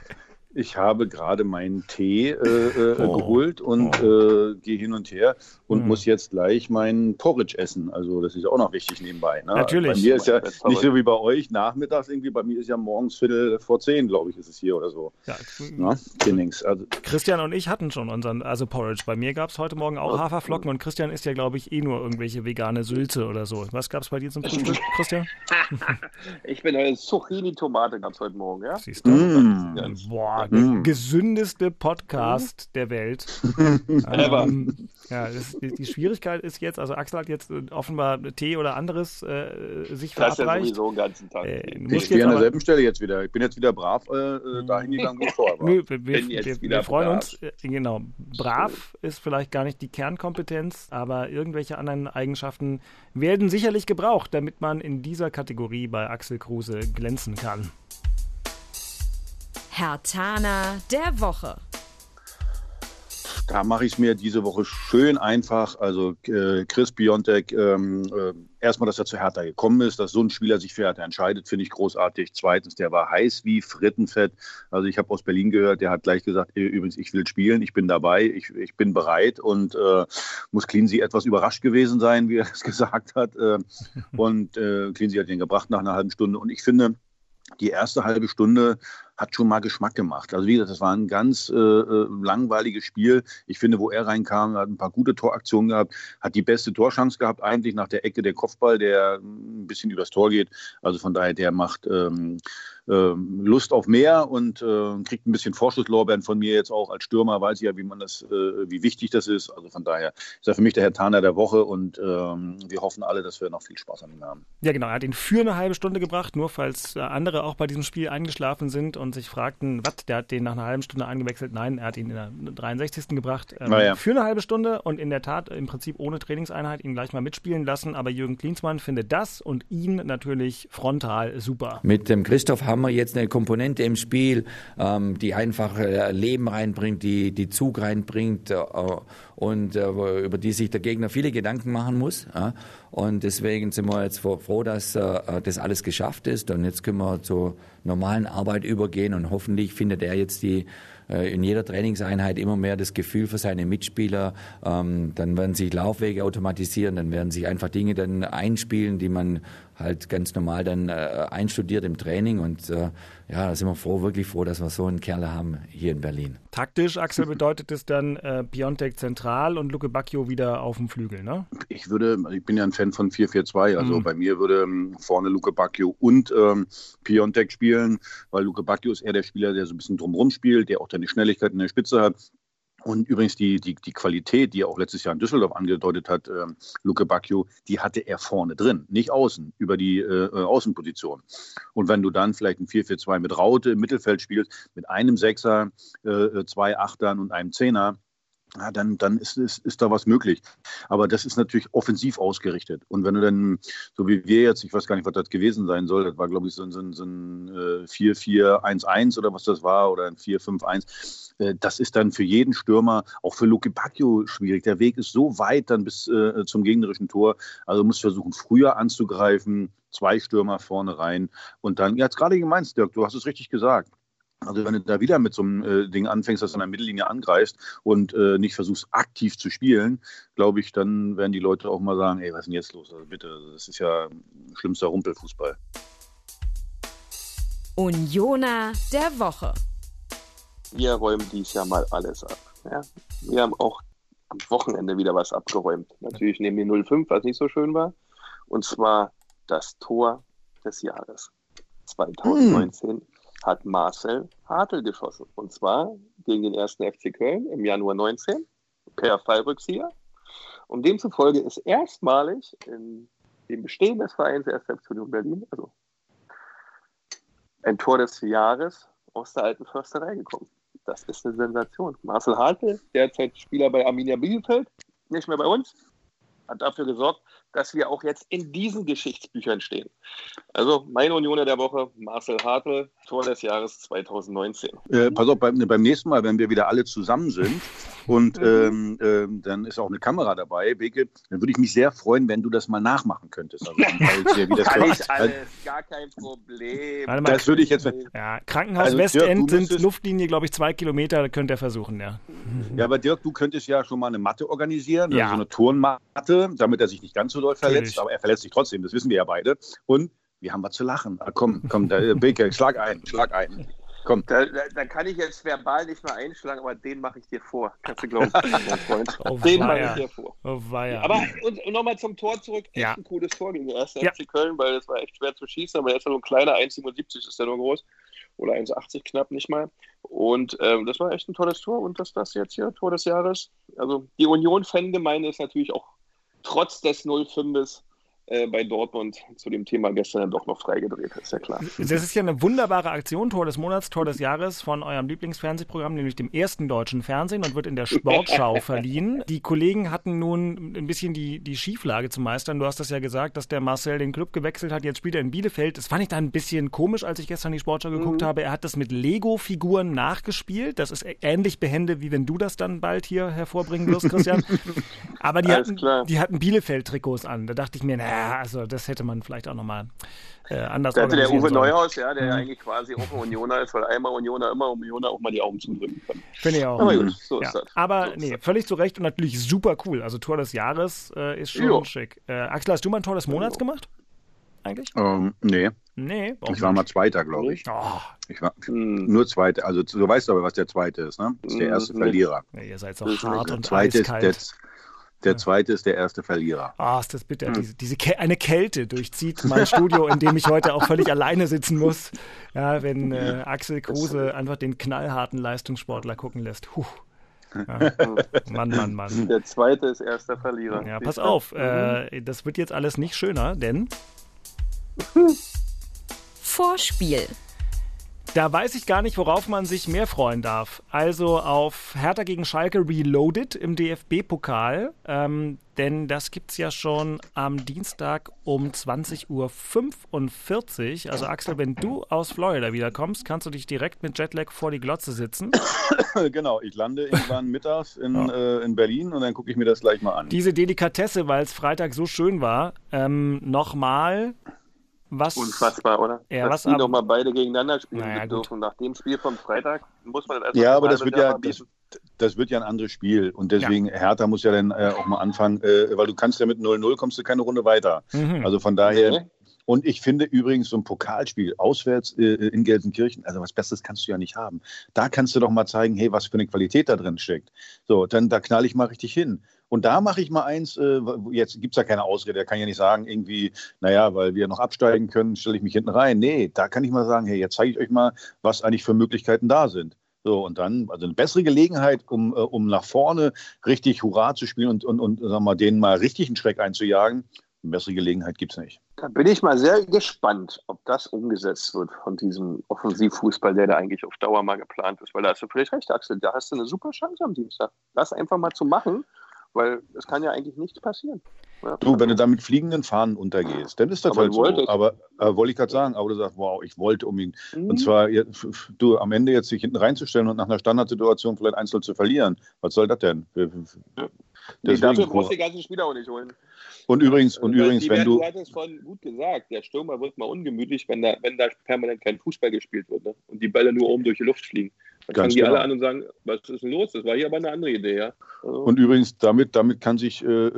ich habe gerade meinen Tee äh, oh. geholt und oh. äh, gehe hin und her und hm. muss jetzt gleich meinen Porridge essen. Also das ist ja auch noch wichtig nebenbei. Ne? Natürlich. Bei mir ist ja nicht so wie bei euch nachmittags irgendwie, bei mir ist ja morgens Viertel vor zehn, glaube ich, ist es hier oder so. Ja. Na, also. Christian und ich hatten schon unseren, also Porridge. Bei mir gab es heute Morgen auch Haferflocken und Christian isst ja, glaube ich, eh nur irgendwelche vegane Sülze oder so. Was gab es bei dir zum Frühstück, Christian? Ich bin heute Zucchini-Tomate gab es heute Morgen, ja? Siehst du? Mm. Boah, der mm. gesündeste Podcast mm. der Welt. ähm, ja, das, die, die Schwierigkeit ist jetzt, also Axel hat jetzt offenbar Tee oder anderes äh, sich verabreicht. Das ist ja sowieso den ganzen Tag. Äh, ich stehe an derselben Stelle jetzt wieder. Ich bin jetzt wieder brav äh, dahin gegangen, wo ich vorher war. Nö, wir, wir, wir, wir freuen brav. uns. Äh, genau, brav ist vielleicht gar nicht die Kernkompetenz, aber irgendwelche anderen Eigenschaften werden sicherlich gebraucht, damit man in dieser Kategorie bei Axel Kruse glänzen kann. Herr Thaner der Woche. Da mache ich es mir diese Woche schön einfach. Also äh, Chris Piontek, ähm, äh, erstmal, dass er zu Hertha gekommen ist, dass so ein Spieler sich für Hertha entscheidet, finde ich großartig. Zweitens, der war heiß wie Frittenfett. Also ich habe aus Berlin gehört, der hat gleich gesagt, übrigens, ich will spielen, ich bin dabei, ich, ich bin bereit und äh, muss Cleansey etwas überrascht gewesen sein, wie er es gesagt hat. Äh, und äh, Cleansey hat ihn gebracht nach einer halben Stunde. Und ich finde, die erste halbe Stunde hat schon mal Geschmack gemacht. Also wie gesagt, das war ein ganz äh, langweiliges Spiel. Ich finde, wo er reinkam, hat ein paar gute Toraktionen gehabt, hat die beste Torchance gehabt, eigentlich nach der Ecke der Kopfball, der ein bisschen übers Tor geht. Also von daher, der macht ähm, ähm, Lust auf mehr und äh, kriegt ein bisschen Vorschusslorbeeren von mir jetzt auch als Stürmer, weiß ich ja, wie man das, äh, wie wichtig das ist. Also von daher ist er für mich der Herr Thaner der Woche und ähm, wir hoffen alle, dass wir noch viel Spaß an ihm haben. Ja genau, er hat ihn für eine halbe Stunde gebracht, nur falls andere auch bei diesem Spiel eingeschlafen sind und sich fragten, was, der hat den nach einer halben Stunde eingewechselt. Nein, er hat ihn in der dreiundsechzigsten gebracht. Ähm, ja. Für eine halbe Stunde und in der Tat im Prinzip ohne Trainingseinheit ihn gleich mal mitspielen lassen. Aber Jürgen Klinsmann findet das und ihn natürlich frontal super. Mit dem Christoph haben wir jetzt eine Komponente im Spiel, ähm, die einfach äh, Leben reinbringt, die, die Zug reinbringt äh, und äh, über die sich der Gegner viele Gedanken machen muss. Ja? Und deswegen sind wir jetzt froh, dass äh, das alles geschafft ist und jetzt können wir zur normalen Arbeit übergehen und hoffentlich findet er jetzt die äh, in jeder Trainingseinheit immer mehr das Gefühl für seine Mitspieler. Ähm, dann werden sich Laufwege automatisieren, dann werden sich einfach Dinge dann einspielen, die man halt ganz normal dann äh, einstudiert im Training. Und äh, ja, da sind wir froh, wirklich froh, dass wir so einen Kerl haben hier in Berlin. Taktisch, Axel, bedeutet es dann äh, Piontek zentral und Luke Bacchio wieder auf dem Flügel, ne? Ich würde, ich bin ja ein Fan von vier vier zwei, also Mhm. bei mir würde ähm, vorne Luke Bacchio und ähm, Piontek spielen, weil Luke Bacchio ist eher der Spieler, der so ein bisschen drumherum spielt, der auch dann die Schnelligkeit in der Spitze hat. Und übrigens die, die, die Qualität, die er auch letztes Jahr in Düsseldorf angedeutet hat, ähm, Luke Bacchio, die hatte er vorne drin, nicht außen, über die äh, Außenposition. Und wenn du dann vielleicht ein vier vier zwei mit Raute im Mittelfeld spielst, mit einem Sechser, äh, zwei Achtern und einem Zehner, ja, dann, dann ist, ist, ist da was möglich. Aber das ist natürlich offensiv ausgerichtet. Und wenn du dann, so wie wir jetzt, ich weiß gar nicht, was das gewesen sein soll, das war, glaube ich, so, so, so ein äh, vier vier eins eins oder was das war, oder ein vier fünf eins, äh, das ist dann für jeden Stürmer, auch für Luke Bacchio schwierig. Der Weg ist so weit dann bis äh, zum gegnerischen Tor. Also du musst versuchen, früher anzugreifen, zwei Stürmer vorne rein. Und dann, ihr habt es gerade gemeint, Dirk, du hast es richtig gesagt. Also wenn du da wieder mit so einem äh, Ding anfängst, dass du an der Mittellinie angreifst und äh, nicht versuchst, aktiv zu spielen, glaube ich, dann werden die Leute auch mal sagen, ey, was ist denn jetzt los? Also bitte, das ist ja schlimmster Rumpelfußball. Unioner der Woche. Wir räumen dies Jahr mal alles ab. Ja? Wir haben auch am Wochenende wieder was abgeräumt. Natürlich neben die null fünf, was nicht so schön war. Und zwar das Tor des Jahres. zwanzig neunzehn hm. hat Marcel Hartl geschossen. Und zwar gegen den ersten F C Köln im Januar neunzehn per Fallrückzieher. Und demzufolge ist erstmalig in dem Bestehen des Vereins erster F C Union Berlin, also ein Tor des Jahres aus der alten Försterei gekommen. Das ist eine Sensation. Marcel Hartl, derzeit Spieler bei Arminia Bielefeld, nicht mehr bei uns, hat dafür gesorgt, dass wir auch jetzt in diesen Geschichtsbüchern stehen. Also meine Unioner der Woche, Marcel Hartl, Tor des Jahres zwanzig neunzehn. Äh, pass auf, beim, beim nächsten Mal, wenn wir wieder alle zusammen sind und ähm, äh, dann ist auch eine Kamera dabei, Beke, dann würde ich mich sehr freuen, wenn du das mal nachmachen könntest. Also, wie das Kann läuft. ich alles, gar kein Problem. Warte mal. Das würde ich jetzt... Ja, Krankenhaus Also, Westend Dirk, du sind müsstest- Luftlinie, glaube ich, zwei Kilometer, da könnt ihr versuchen, ja. Ja, aber Dirk, du könntest ja schon mal eine Matte organisieren, Ja. so eine Turnmatte, damit er sich nicht ganz so doll verletzt, Natürlich. aber er verletzt sich trotzdem, das wissen wir ja beide. Und wir haben was zu lachen. Ah, komm, komm, da, Beke, schlag ein, schlag ein. Komm. Da, da, da kann ich jetzt verbal nicht mehr einschlagen, aber den mache ich dir vor. Kannst du glauben, mein Freund. Oh, Den mache weia. ich dir vor. Oh, weia. Aber und, und nochmal zum Tor zurück. Echt Ja. ein cooles Tor gegen den ersten Ja. F C Köln, weil das war echt schwer zu schießen. Aber er ist ja nur ein kleiner, eins Komma siebenundsiebzig ist der nur groß. Oder eins Komma achtzig knapp, nicht mal. Und ähm, das war echt ein tolles Tor. Und das das jetzt hier, Tor des Jahres. Also die Union-Fangemeinde ist natürlich auch trotz des null fünf äh, bei Dortmund zu dem Thema gestern dann doch noch freigedreht, ist ja klar. Das ist ja eine wunderbare Aktion, Tor des Monats, Tor des Jahres von eurem Lieblingsfernsehprogramm, nämlich dem ersten deutschen Fernsehen, und wird in der Sportschau verliehen. Die Kollegen hatten nun ein bisschen die, die Schieflage zu meistern. Du hast das ja gesagt, dass der Marcel den Club gewechselt hat, jetzt spielt er in Bielefeld. Das fand ich dann ein bisschen komisch, als ich gestern die Sportschau geguckt Mhm. habe. Er hat das mit Lego-Figuren nachgespielt. Das ist ähnlich behende, wie wenn du das dann bald hier hervorbringen wirst, Christian. Aber die Alles hatten, klar. die hatten Bielefeld-Trikots an. Da dachte ich mir, naja, also das hätte man vielleicht auch nochmal äh, anders Da hatte der organisieren Uwe sollen. Neuhaus, ja, der Mhm. ja eigentlich quasi auch ein Unioner ist, weil einmal Unioner, immer Unioner auch mal die Augen zudrücken kann. Finde ich auch. Aber gut, so Ja. ist das. Aber So ist nee, das. völlig zu Recht und natürlich super cool. Also Tor des Jahres äh, ist schon Jo. schick. Äh, Axel, hast du mal ein Tor des Monats gemacht? Eigentlich? Ähm, nee, Nee. ich war mal Zweiter, glaube ich. Oh, Ich war Hm. nur Zweiter. Also du weißt aber, was der Zweite ist, ne? Das ist der Hm, erste nicht. Verlierer. ja, ihr seid so Das ist hart nicht- Der und Zweite ist der, eiskalt. der Zweite ist der erste Verlierer. Ah, ist das bitter. Diese, diese Kä- eine Kälte durchzieht mein Studio, in dem ich heute auch völlig alleine sitzen muss. Ja, wenn äh, Axel Kruse einfach den knallharten Leistungssportler gucken lässt. Huh. Ja. Mann, Mann, Mann. Der zweite ist erster Verlierer. Ja, pass auf, äh, das wird jetzt alles nicht schöner, denn Vorspiel. da weiß ich gar nicht, worauf man sich mehr freuen darf. Also auf Hertha gegen Schalke Reloaded im D F B-Pokal, ähm, denn das gibt's ja schon am Dienstag um zwanzig Uhr fünfundvierzig. Also Axel, wenn du aus Florida wiederkommst, kannst du dich direkt mit Jetlag vor die Glotze sitzen. Genau, ich lande irgendwann mittags in, äh, in Berlin und dann gucke ich mir das gleich mal an. Diese Delikatesse, weil es Freitag so schön war, ähm, nochmal... Was, Unfassbar, oder? Ja, dass was die nochmal beide gegeneinander spielen naja, dürfen. Nach dem Spiel vom Freitag muss man das erstmal. Ja, aber das wird ja, das, das wird ja ein anderes Spiel. Und deswegen, ja. Hertha muss ja dann äh, auch mal anfangen, äh, weil du kannst ja mit null null kommst du keine Runde weiter. Mhm. Also von daher. Nee. Und ich finde übrigens so ein Pokalspiel auswärts äh, in Gelsenkirchen, also was Besseres kannst du ja nicht haben. Da kannst du doch mal zeigen, hey, was für eine Qualität da drin steckt. So, dann da knall ich mal richtig hin. Und da mache ich mal eins, äh, jetzt gibt es ja keine Ausrede, der kann ja nicht sagen, irgendwie, naja, weil wir noch absteigen können, stelle ich mich hinten rein. Nee, da kann ich mal sagen, hey, jetzt zeige ich euch mal, was eigentlich für Möglichkeiten da sind. So, und dann, also eine bessere Gelegenheit, um, äh, um nach vorne richtig Hurra zu spielen und, und, und sagen wir mal, denen mal richtig einen Schreck einzujagen. Eine bessere Gelegenheit gibt es nicht. Da bin ich mal sehr gespannt, ob das umgesetzt wird von diesem Offensivfußball, der da eigentlich auf Dauer mal geplant ist. Weil da hast du vielleicht recht, Axel, da hast du eine super Chance am Dienstag. Das einfach mal zu machen, weil es kann ja eigentlich nichts passieren. Ja. Du, wenn du da mit fliegenden Fahnen untergehst, dann ist das aber halt so. Wolltest. Aber äh, wollte ich gerade sagen, aber du sagst, wow, ich wollte unbedingt. Mhm. Und zwar, du am Ende jetzt sich hinten reinzustellen und nach einer Standardsituation vielleicht einzeln zu verlieren. Was soll das denn? Ja. Nee, dafür brauchst du die ganzen Spieler auch nicht holen. Und übrigens, und übrigens die wenn werden, du... Du hattest vorhin gut gesagt, der Stürmer wird mal ungemütlich, wenn da, wenn da permanent kein Fußball gespielt wird, ne? Und die Bälle nur oben durch die Luft fliegen. Dann fangen die genau. alle an und sagen, was ist denn los? Das war hier aber eine andere Idee, ja. Also. Und übrigens, damit, damit kann sich äh, äh,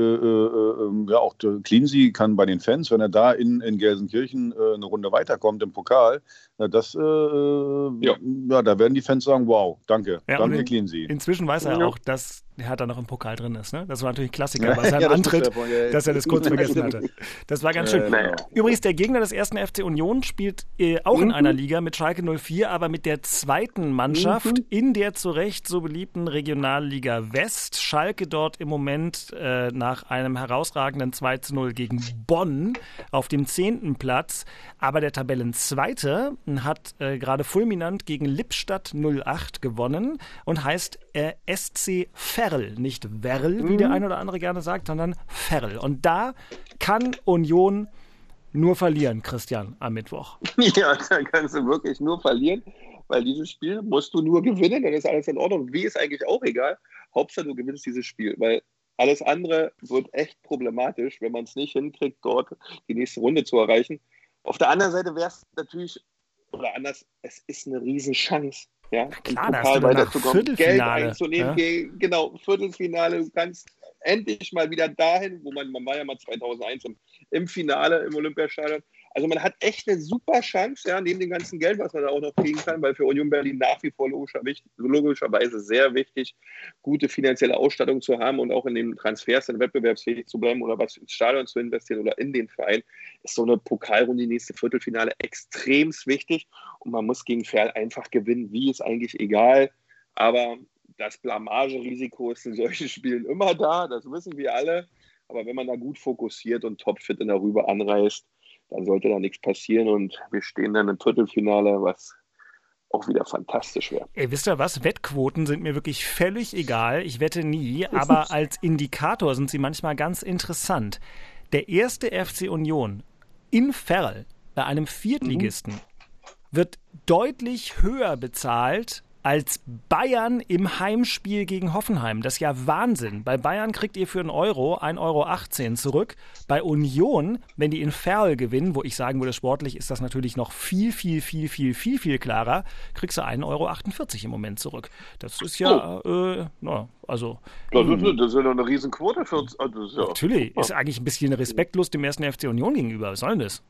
äh, ja auch der Cleansey kann bei den Fans, wenn er da in, in Gelsenkirchen äh, eine Runde weiterkommt im Pokal, na das, äh, ja. ja, da werden die Fans sagen, wow, danke, ja, danke Cleansey. Inzwischen weiß er ja auch, dass Hertha noch im Pokal drin ist, ne? Das war natürlich ein Klassiker bei seinem ja, Antritt, davon, ja, ja. dass er das kurz vergessen hatte. Das war ganz schön. Ja, übrigens, der Gegner des ersten F C Union spielt äh, auch mhm. in einer Liga mit Schalke null vier, aber mit der zweiten Mannschaft mhm. in der zu Recht so beliebten Regionalliga West. Schalke dort im Moment äh, nach einem herausragenden zwei zu null gegen Bonn auf dem zehnten Platz. Aber der Tabellenzweite hat äh, gerade fulminant gegen Lippstadt null acht gewonnen und heißt äh, S C Ferl. Nicht Werl, wie mhm. der eine oder andere gerne sagt, sondern Ferl. Und da kann Union nur verlieren, Christian, am Mittwoch. Ja, da kannst du wirklich nur verlieren, weil dieses Spiel musst du nur gewinnen, dann ist alles in Ordnung. Wie ist eigentlich auch egal. Hauptsache, du gewinnst dieses Spiel, weil alles andere wird echt problematisch, wenn man es nicht hinkriegt, dort die nächste Runde zu erreichen. Auf der anderen Seite wäre es natürlich, oder anders, es ist eine Riesenchance. Ja, klar, da hast du weiterzukommen, Geld einzunehmen, ja? Genau, Viertelfinale, du kannst endlich mal wieder dahin, wo man, man war ja mal zweitausendeins im, im Finale im Olympiastadion. Also man hat echt eine super Chance, ja, neben dem ganzen Geld, was man da auch noch kriegen kann, weil für Union Berlin nach wie vor logischer, logischerweise sehr wichtig, gute finanzielle Ausstattung zu haben und auch in den Transfers dann wettbewerbsfähig zu bleiben oder was ins Stadion zu investieren oder in den Verein, ist so eine Pokalrunde, die nächste Viertelfinale extrem wichtig und man muss gegen Ferl einfach gewinnen, wie ist eigentlich egal, aber das Blamagerisiko ist in solchen Spielen immer da, das wissen wir alle, aber wenn man da gut fokussiert und topfit in der Rübe anreist, dann sollte da nichts passieren und wir stehen dann im Viertelfinale, was auch wieder fantastisch wäre. Ey, wisst ihr was? Wettquoten sind mir wirklich völlig egal. Ich wette nie, aber als Indikator sind sie manchmal ganz interessant. Der erste F C Union in Ferl bei einem Viertligisten mhm. wird deutlich höher bezahlt als Bayern im Heimspiel gegen Hoffenheim. Das ist ja Wahnsinn. Bei Bayern kriegt ihr für einen Euro ein Euro achtzehn zurück. Bei Union, wenn die in Ferl gewinnen, wo ich sagen würde, sportlich ist das natürlich noch viel, viel, viel, viel, viel, viel klarer, kriegst du ein Euro achtundvierzig im Moment zurück. Das ist ja, oh. äh, na, also... Das ist, das ist ja noch eine Riesenquote für uns. Also ja. Natürlich, ist eigentlich ein bisschen respektlos dem ersten F C Union gegenüber. Was soll denn das?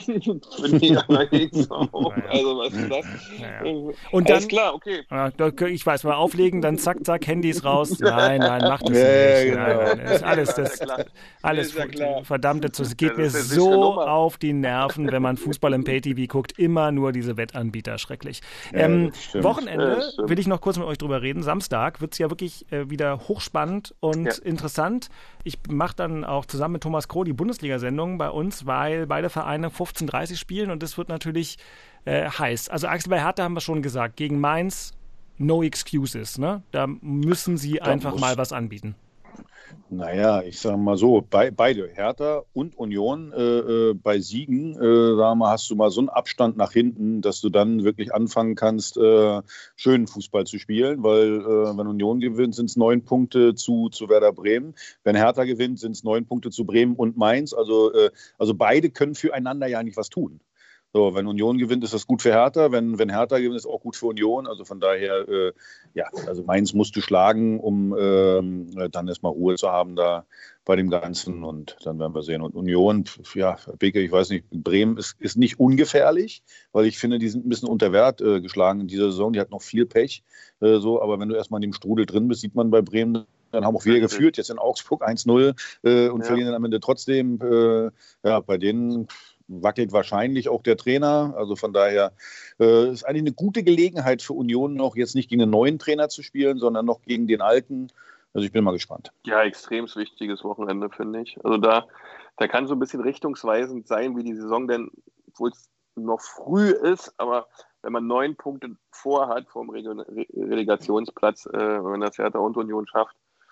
Finde ich allerdings auch. Naja. Also, was ist das? Naja. Und dann, alles klar, okay. Ich weiß, mal auflegen, dann zack, zack, Handys raus. Nein, nein, macht das ja, nicht. Genau. Nein, nein, das ist alles, das, ja alles ja verdammte, es geht mir so auf die Nerven, wenn man Fußball im Pay-T V guckt, immer nur diese Wettanbieter, schrecklich. Ja, ähm, Wochenende ja, will ich noch kurz mit euch drüber reden. Samstag wird es ja wirklich äh, wieder hochspannend und ja. interessant. Ich mache dann auch zusammen mit Thomas Kroh die Bundesliga-Sendung bei uns, weil beide Vereine fünfzehn dreißig spielen und das wird natürlich äh, heiß. Also Axel, bei Hertha haben wir schon gesagt, gegen Mainz no excuses, ne? Da müssen sie da einfach muss, mal was anbieten. Naja, ich sage mal so, bei, beide, Hertha und Union, äh, äh, bei Siegen, äh, sag mal, hast du mal so einen Abstand nach hinten, dass du dann wirklich anfangen kannst, äh, schönen Fußball zu spielen, weil äh, wenn Union gewinnt, sind es neun Punkte zu, zu Werder Bremen. Wenn Hertha gewinnt, sind es neun Punkte zu Bremen und Mainz. Also, äh, also beide können füreinander ja nicht was tun. So, wenn Union gewinnt, ist das gut für Hertha. Wenn, wenn Hertha gewinnt, ist es auch gut für Union. Also von daher, äh, ja, also Mainz musst du schlagen, um äh, dann erstmal Ruhe zu haben da bei dem Ganzen. Und dann werden wir sehen. Und Union, ja, Beke, ich weiß nicht, Bremen ist, ist nicht ungefährlich, weil ich finde, die sind ein bisschen unter Wert äh, geschlagen in dieser Saison. Die hat noch viel Pech. Äh, so, aber wenn du erstmal in dem Strudel drin bist, sieht man bei Bremen, dann haben auch wir geführt, jetzt in Augsburg eins null äh, und ja. verlieren dann am Ende trotzdem. Äh, ja, bei denen wackelt wahrscheinlich auch der Trainer. Also von daher äh, ist eigentlich eine gute Gelegenheit für Union noch, jetzt nicht gegen einen neuen Trainer zu spielen, sondern noch gegen den alten. Also ich bin mal gespannt. Ja, extrem wichtiges Wochenende, finde ich. Also da, da kann so ein bisschen richtungsweisend sein, wie die Saison denn, obwohl es noch früh ist, aber wenn man neun Punkte vorhat vom Re- Relegationsplatz, äh, wenn man das Hertha und Union schafft,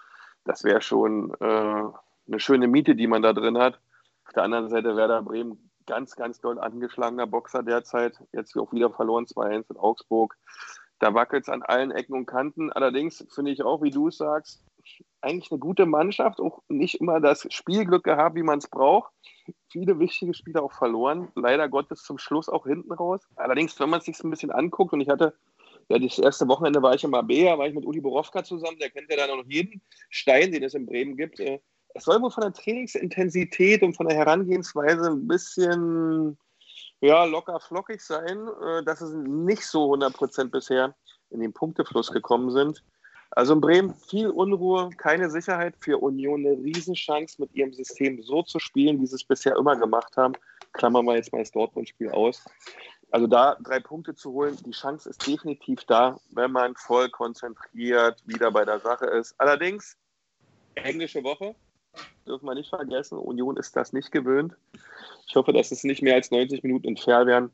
das wäre schon äh, eine schöne Miete, die man da drin hat. Auf der anderen Seite Werder Bremen, ganz, ganz doll angeschlagener Boxer derzeit. Jetzt auch wieder verloren, zwei eins in Augsburg. Da wackelt es an allen Ecken und Kanten. Allerdings finde ich auch, wie du es sagst, eigentlich eine gute Mannschaft. Auch nicht immer das Spielglück gehabt, wie man es braucht. Viele wichtige Spiele auch verloren. Leider Gottes zum Schluss auch hinten raus. Allerdings, wenn man es sich ein bisschen anguckt, und ich hatte, ja, das erste Wochenende war ich in Marbella, war ich mit Uli Borowka zusammen. Der kennt ja da noch jeden Stein, den es in Bremen gibt. Es soll wohl von der Trainingsintensität und von der Herangehensweise ein bisschen ja, locker flockig sein, dass es nicht so hundert Prozent bisher in den Punktefluss gekommen sind. Also in Bremen viel Unruhe, keine Sicherheit, für Union eine Riesenchance mit ihrem System so zu spielen, wie sie es bisher immer gemacht haben. Klammern wir jetzt mal das Dortmund-Spiel aus. Also da drei Punkte zu holen, die Chance ist definitiv da, wenn man voll konzentriert wieder bei der Sache ist. Allerdings, englische Woche. Dürfen wir nicht vergessen, Union ist das nicht gewöhnt. Ich hoffe, dass es nicht mehr als neunzig Minuten in Fair werden.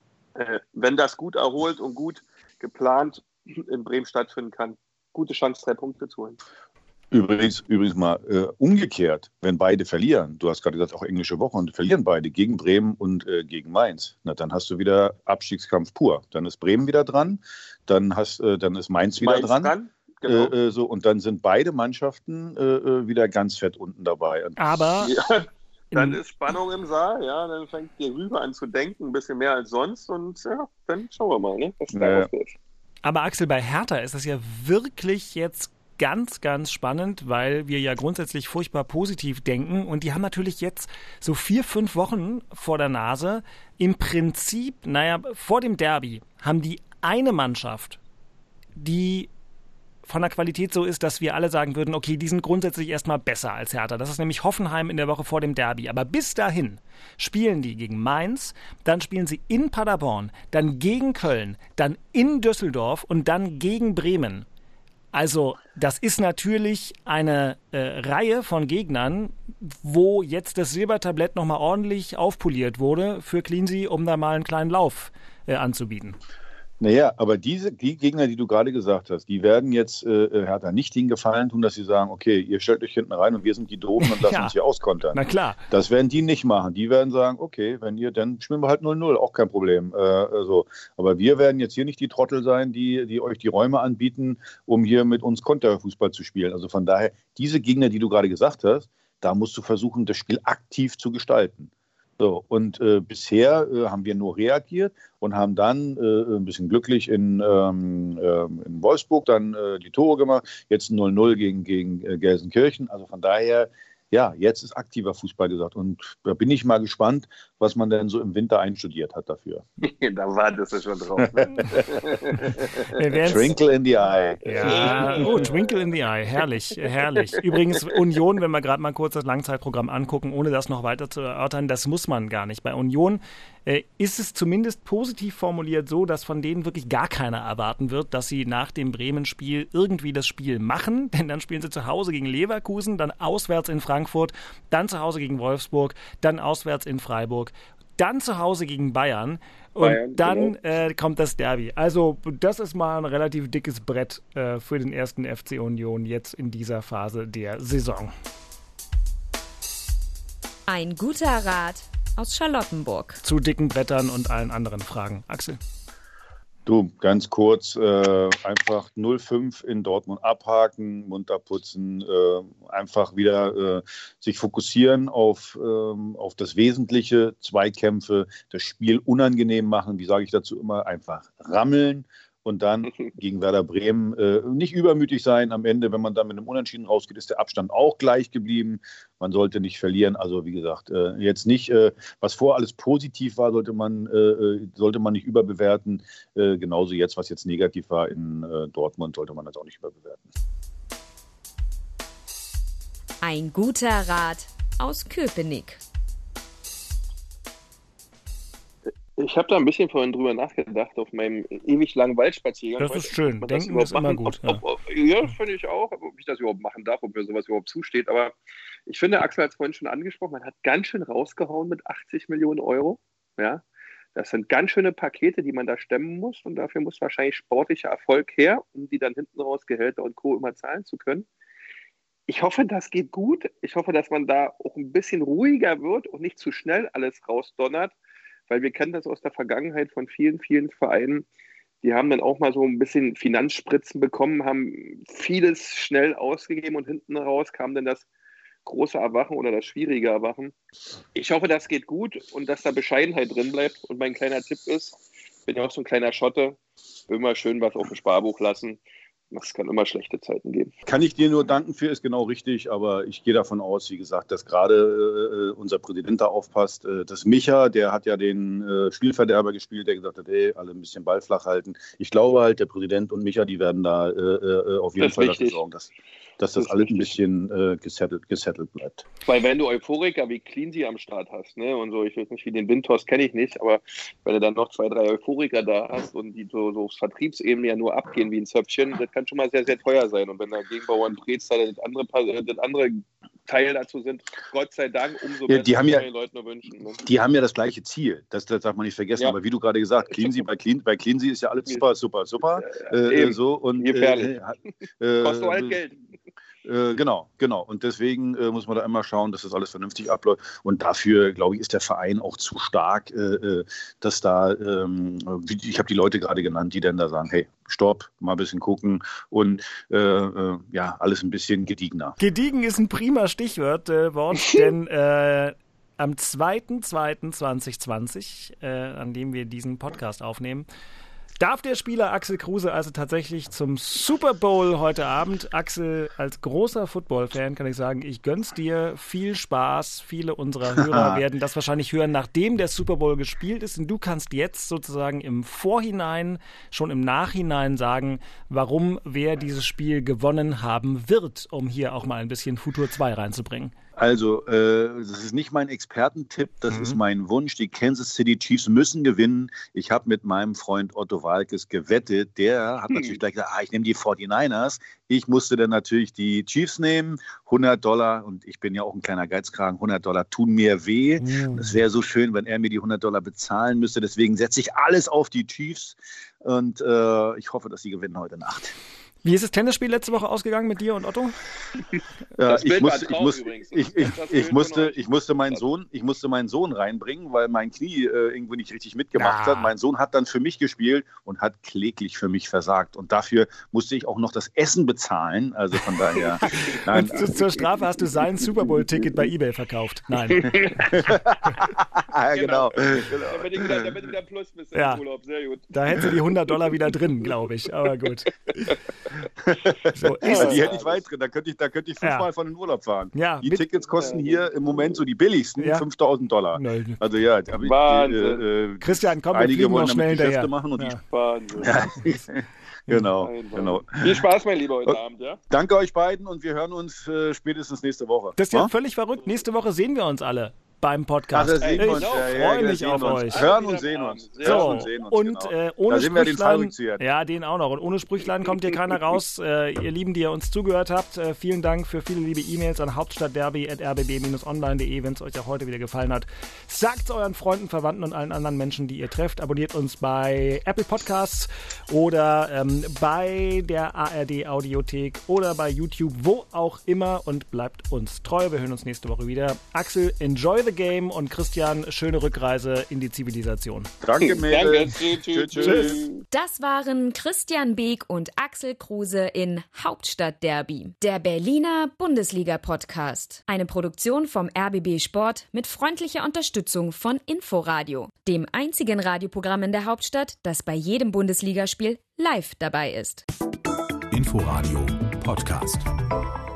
Äh, wenn das gut erholt und gut geplant in Bremen stattfinden kann, gute Chance, drei Punkte zu holen. Übrigens, übrigens mal äh, umgekehrt, wenn beide verlieren, du hast gerade gesagt, auch englische Woche, und verlieren beide gegen Bremen und äh, gegen Mainz, na, dann hast du wieder Abstiegskampf pur. Dann ist Bremen wieder dran, dann, hast, äh, dann ist Mainz wieder Mainz dran. dran. Genau. Äh, so, und dann sind beide Mannschaften äh, wieder ganz fett unten dabei. Aber ja, dann ist Spannung im Saal, ja, dann fängt die Rübe an zu denken, ein bisschen mehr als sonst, und ja, dann schauen wir mal, ne, was da äh. wird. Aber Axel, bei Hertha ist das ja wirklich jetzt ganz, ganz spannend, weil wir ja grundsätzlich furchtbar positiv denken, und die haben natürlich jetzt so vier, fünf Wochen vor der Nase. Im Prinzip, naja, vor dem Derby haben die eine Mannschaft, die von der Qualität so ist, dass wir alle sagen würden, okay, die sind grundsätzlich erstmal besser als Hertha. Das ist nämlich Hoffenheim in der Woche vor dem Derby. Aber bis dahin spielen die gegen Mainz, dann spielen sie in Paderborn, dann gegen Köln, dann in Düsseldorf und dann gegen Bremen. Also das ist natürlich eine äh, Reihe von Gegnern, wo jetzt das Silbertablett nochmal ordentlich aufpoliert wurde für Cleansey, um da mal einen kleinen Lauf äh, anzubieten. Naja, aber diese die Gegner, die du gerade gesagt hast, die werden jetzt äh, Hertha nicht den Gefallen tun, dass sie sagen, okay, ihr stellt euch hinten rein und wir sind die Doofen und lassen ja. uns hier auskontern. Na klar. Das werden die nicht machen. Die werden sagen, okay, wenn ihr, dann spielen wir halt null null, auch kein Problem. Äh, so. Aber wir werden jetzt hier nicht die Trottel sein, die, die euch die Räume anbieten, um hier mit uns Konterfußball zu spielen. Also von daher, diese Gegner, die du gerade gesagt hast, da musst du versuchen, das Spiel aktiv zu gestalten. So, und äh, bisher äh, haben wir nur reagiert und haben dann äh, ein bisschen glücklich in, ähm, äh, in Wolfsburg dann äh, die Tore gemacht. Jetzt null null gegen, gegen äh, Gelsenkirchen. Also von daher, ja, jetzt ist aktiver Fußball gesagt. Und da bin ich mal gespannt, was man denn so im Winter einstudiert hat dafür. Da wartest du schon drauf. Twinkle in the Eye. Ja, oh, Twinkle in the Eye. Herrlich, herrlich. Übrigens, Union, wenn wir gerade mal kurz das Langzeitprogramm angucken, ohne das noch weiter zu erörtern, das muss man gar nicht. Bei Union äh, ist es zumindest positiv formuliert so, dass von denen wirklich gar keiner erwarten wird, dass sie nach dem Bremen-Spiel irgendwie das Spiel machen. Denn dann spielen sie zu Hause gegen Leverkusen, dann auswärts in Frankfurt, dann zu Hause gegen Wolfsburg, dann auswärts in Freiburg. dann zu Hause gegen Bayern und Bayern, dann genau. äh, kommt das Derby. Also das ist mal ein relativ dickes Brett äh, für den ersten F C Union jetzt in dieser Phase der Saison. Ein guter Rat aus Charlottenburg. Zu dicken Brettern und allen anderen Fragen. Axel? Du, ganz kurz, äh, einfach null fünf in Dortmund abhaken, munter putzen, äh, einfach wieder äh, sich fokussieren auf, ähm, auf das Wesentliche, Zweikämpfe, das Spiel unangenehm machen, wie sage ich dazu immer, einfach rammeln und dann gegen Werder Bremen äh, nicht übermütig sein. Am Ende, wenn man dann mit einem Unentschieden rausgeht, ist der Abstand auch gleich geblieben. Man sollte nicht verlieren. Also wie gesagt, äh, jetzt nicht, äh, was vorher alles positiv war, sollte man, äh, sollte man nicht überbewerten. Äh, genauso jetzt, was jetzt negativ war in äh, Dortmund, sollte man das auch nicht überbewerten. Ein guter Rat aus Köpenick. Ich habe da ein bisschen vorhin drüber nachgedacht, auf meinem ewig langen Waldspaziergang. Das ist schön. Denken ist immer gut. Ob, ob, ob, ja, finde ich auch. Ob ich das überhaupt machen darf, ob mir sowas überhaupt zusteht. Aber ich finde, Axel hat es vorhin schon angesprochen, man hat ganz schön rausgehauen mit achtzig Millionen Euro. Ja, das sind ganz schöne Pakete, die man da stemmen muss. Und dafür muss wahrscheinlich sportlicher Erfolg her, um die dann hinten raus Gehälter und Co. immer zahlen zu können. Ich hoffe, das geht gut. Ich hoffe, dass man da auch ein bisschen ruhiger wird und nicht zu schnell alles rausdonnert. Weil wir kennen das aus der Vergangenheit von vielen, vielen Vereinen. Die haben dann auch mal so ein bisschen Finanzspritzen bekommen, haben vieles schnell ausgegeben und hinten raus kam dann das große Erwachen oder das schwierige Erwachen. Ich hoffe, das geht gut und dass da Bescheidenheit drin bleibt. Und mein kleiner Tipp ist, ich bin ja auch so ein kleiner Schotte, immer schön was auf dem Sparbuch lassen. Es kann immer schlechte Zeiten geben. Kann ich dir nur danken für, ist genau richtig, aber ich gehe davon aus, wie gesagt, dass gerade äh, unser Präsident da aufpasst. Äh, das Micha, der hat ja den äh, Spielverderber gespielt, der gesagt hat, ey, alle ein bisschen Ball flach halten. Ich glaube halt, der Präsident und Micha, die werden da äh, äh, auf jeden Fall dafür sorgen, dass, dass das, das alles ein bisschen äh, gesettelt, gesettelt bleibt. Weil wenn du Euphoriker wie Cleansy am Start hast, ne, und so, ich weiß nicht, wie den Windhorst kenne ich nicht, aber wenn du dann noch zwei, drei Euphoriker da hast und die so, so aufs Vertriebsebene ja nur abgehen wie ein Zöpfchen, das kann schon mal sehr, sehr teuer sein. Und wenn da Gegenbauer und Preetz da das andere, das andere Teil dazu sind, Gott sei Dank, umso ja, die besser, haben ja, den Leuten nur wünschen. Ne? Die haben ja das gleiche Ziel, das, das darf man nicht vergessen. Ja. Aber wie du gerade gesagt, Cleansy, bei, Clean, bei Cleansy ist ja alles super, super, super. Äh, äh, so und, Gefährlich. Äh, äh, Kostet äh, halt Geld. Äh, genau, genau. Und deswegen äh, muss man da immer schauen, dass das alles vernünftig abläuft. Und dafür, glaube ich, ist der Verein auch zu stark, äh, dass da, ähm, ich habe die Leute gerade genannt, die dann da sagen, hey, stopp, mal ein bisschen gucken und äh, äh, ja, alles ein bisschen gediegener. Gediegen ist ein prima Stichwort, äh, Wort, denn äh, am zweiten zweiten zweitausendzwanzig, äh, an dem wir diesen Podcast aufnehmen, darf der Spieler Axel Kruse also tatsächlich zum Super Bowl heute Abend. Axel, als großer Football-Fan kann ich sagen, ich gönn's dir. Viel Spaß. Viele unserer Hörer werden das wahrscheinlich hören, nachdem der Super Bowl gespielt ist. Und du kannst jetzt sozusagen im Vorhinein, schon im Nachhinein sagen, warum wer dieses Spiel gewonnen haben wird, um hier auch mal ein bisschen Futur zwei reinzubringen. Also, äh, das ist nicht mein Expertentipp, das mhm. ist mein Wunsch. Die Kansas City Chiefs müssen gewinnen. Ich habe mit meinem Freund Otto Walkes gewettet. Der hat mhm. natürlich gleich gesagt, ah, ich nehme die forty-niners. Ich musste dann natürlich die Chiefs nehmen. hundert Dollar, und ich bin ja auch ein kleiner Geizkragen, hundert Dollar tun mir weh. Es mhm. wäre so schön, wenn er mir die hundert Dollar bezahlen müsste. Deswegen setze ich alles auf die Chiefs. Und äh, ich hoffe, dass sie gewinnen heute Nacht. Wie ist das Tennisspiel letzte Woche ausgegangen mit dir und Otto? Ja, ich, musste, ich, muss, ich, ich, ich, musste, ich, musste meinen Sohn, ich musste meinen Sohn reinbringen, weil mein Knie äh, irgendwo nicht richtig mitgemacht ah. hat. Mein Sohn hat dann für mich gespielt und hat kläglich für mich versagt. Und dafür musste ich auch noch das Essen bezahlen. Also von daher. Nein. Und zu, zur Strafe hast du sein Super Bowl-Ticket bei eBay verkauft. Nein. ja, genau. genau. Damit du wieder, damit wieder Plus bist im ja. Urlaub. Sehr gut. Da hättest du die hundert Dollar wieder drin, glaube ich. Aber gut. So, ist ja, die hätte ich weit drin, da könnte ich, da könnte ich fünfmal ja. von in den Urlaub fahren. Ja, die Tickets kosten hier im Moment so die billigsten, ja. fünftausend Dollar. Nein. Also ja, aber ich, äh, äh, Christian, komm, wir fliegen noch schnell hinterher. Machen und ja. die ja. Genau, genau. Viel Spaß, mein Lieber, heute Abend, ja? Danke euch beiden und wir hören uns äh, spätestens nächste Woche. Das ist ja völlig verrückt. Nächste Woche sehen wir uns alle. beim Podcast. Also, ich wir uns, ja, freue ja, mich auf uns. euch. Hören und sehen uns. So, und, sehen uns, und genau. äh, ohne da sehen wir den Sprüchlein, Fallrückzieher. ja, den auch noch. Und ohne Sprüchlein kommt hier keiner raus. Äh, ihr Lieben, die ihr uns zugehört habt, äh, vielen Dank für viele liebe E-Mails an hauptstadtderby at r b b Bindestrich online punkt d e, wenn es euch auch heute wieder gefallen hat. Sagt es euren Freunden, Verwandten und allen anderen Menschen, die ihr trefft. Abonniert uns bei Apple Podcasts oder ähm, bei der A R D Audiothek oder bei YouTube, wo auch immer, und bleibt uns treu. Wir hören uns nächste Woche wieder. Axel, enjoy the game, und Christian, schöne Rückreise in die Zivilisation. Danke, Mädel. Danke. Tschüss. Tschüss. Das waren Christian Beek und Axel Kruse in Hauptstadtderby, der Berliner Bundesliga-Podcast. Eine Produktion vom R B B Sport mit freundlicher Unterstützung von Inforadio, dem einzigen Radioprogramm in der Hauptstadt, das bei jedem Bundesligaspiel live dabei ist. Inforadio Podcast.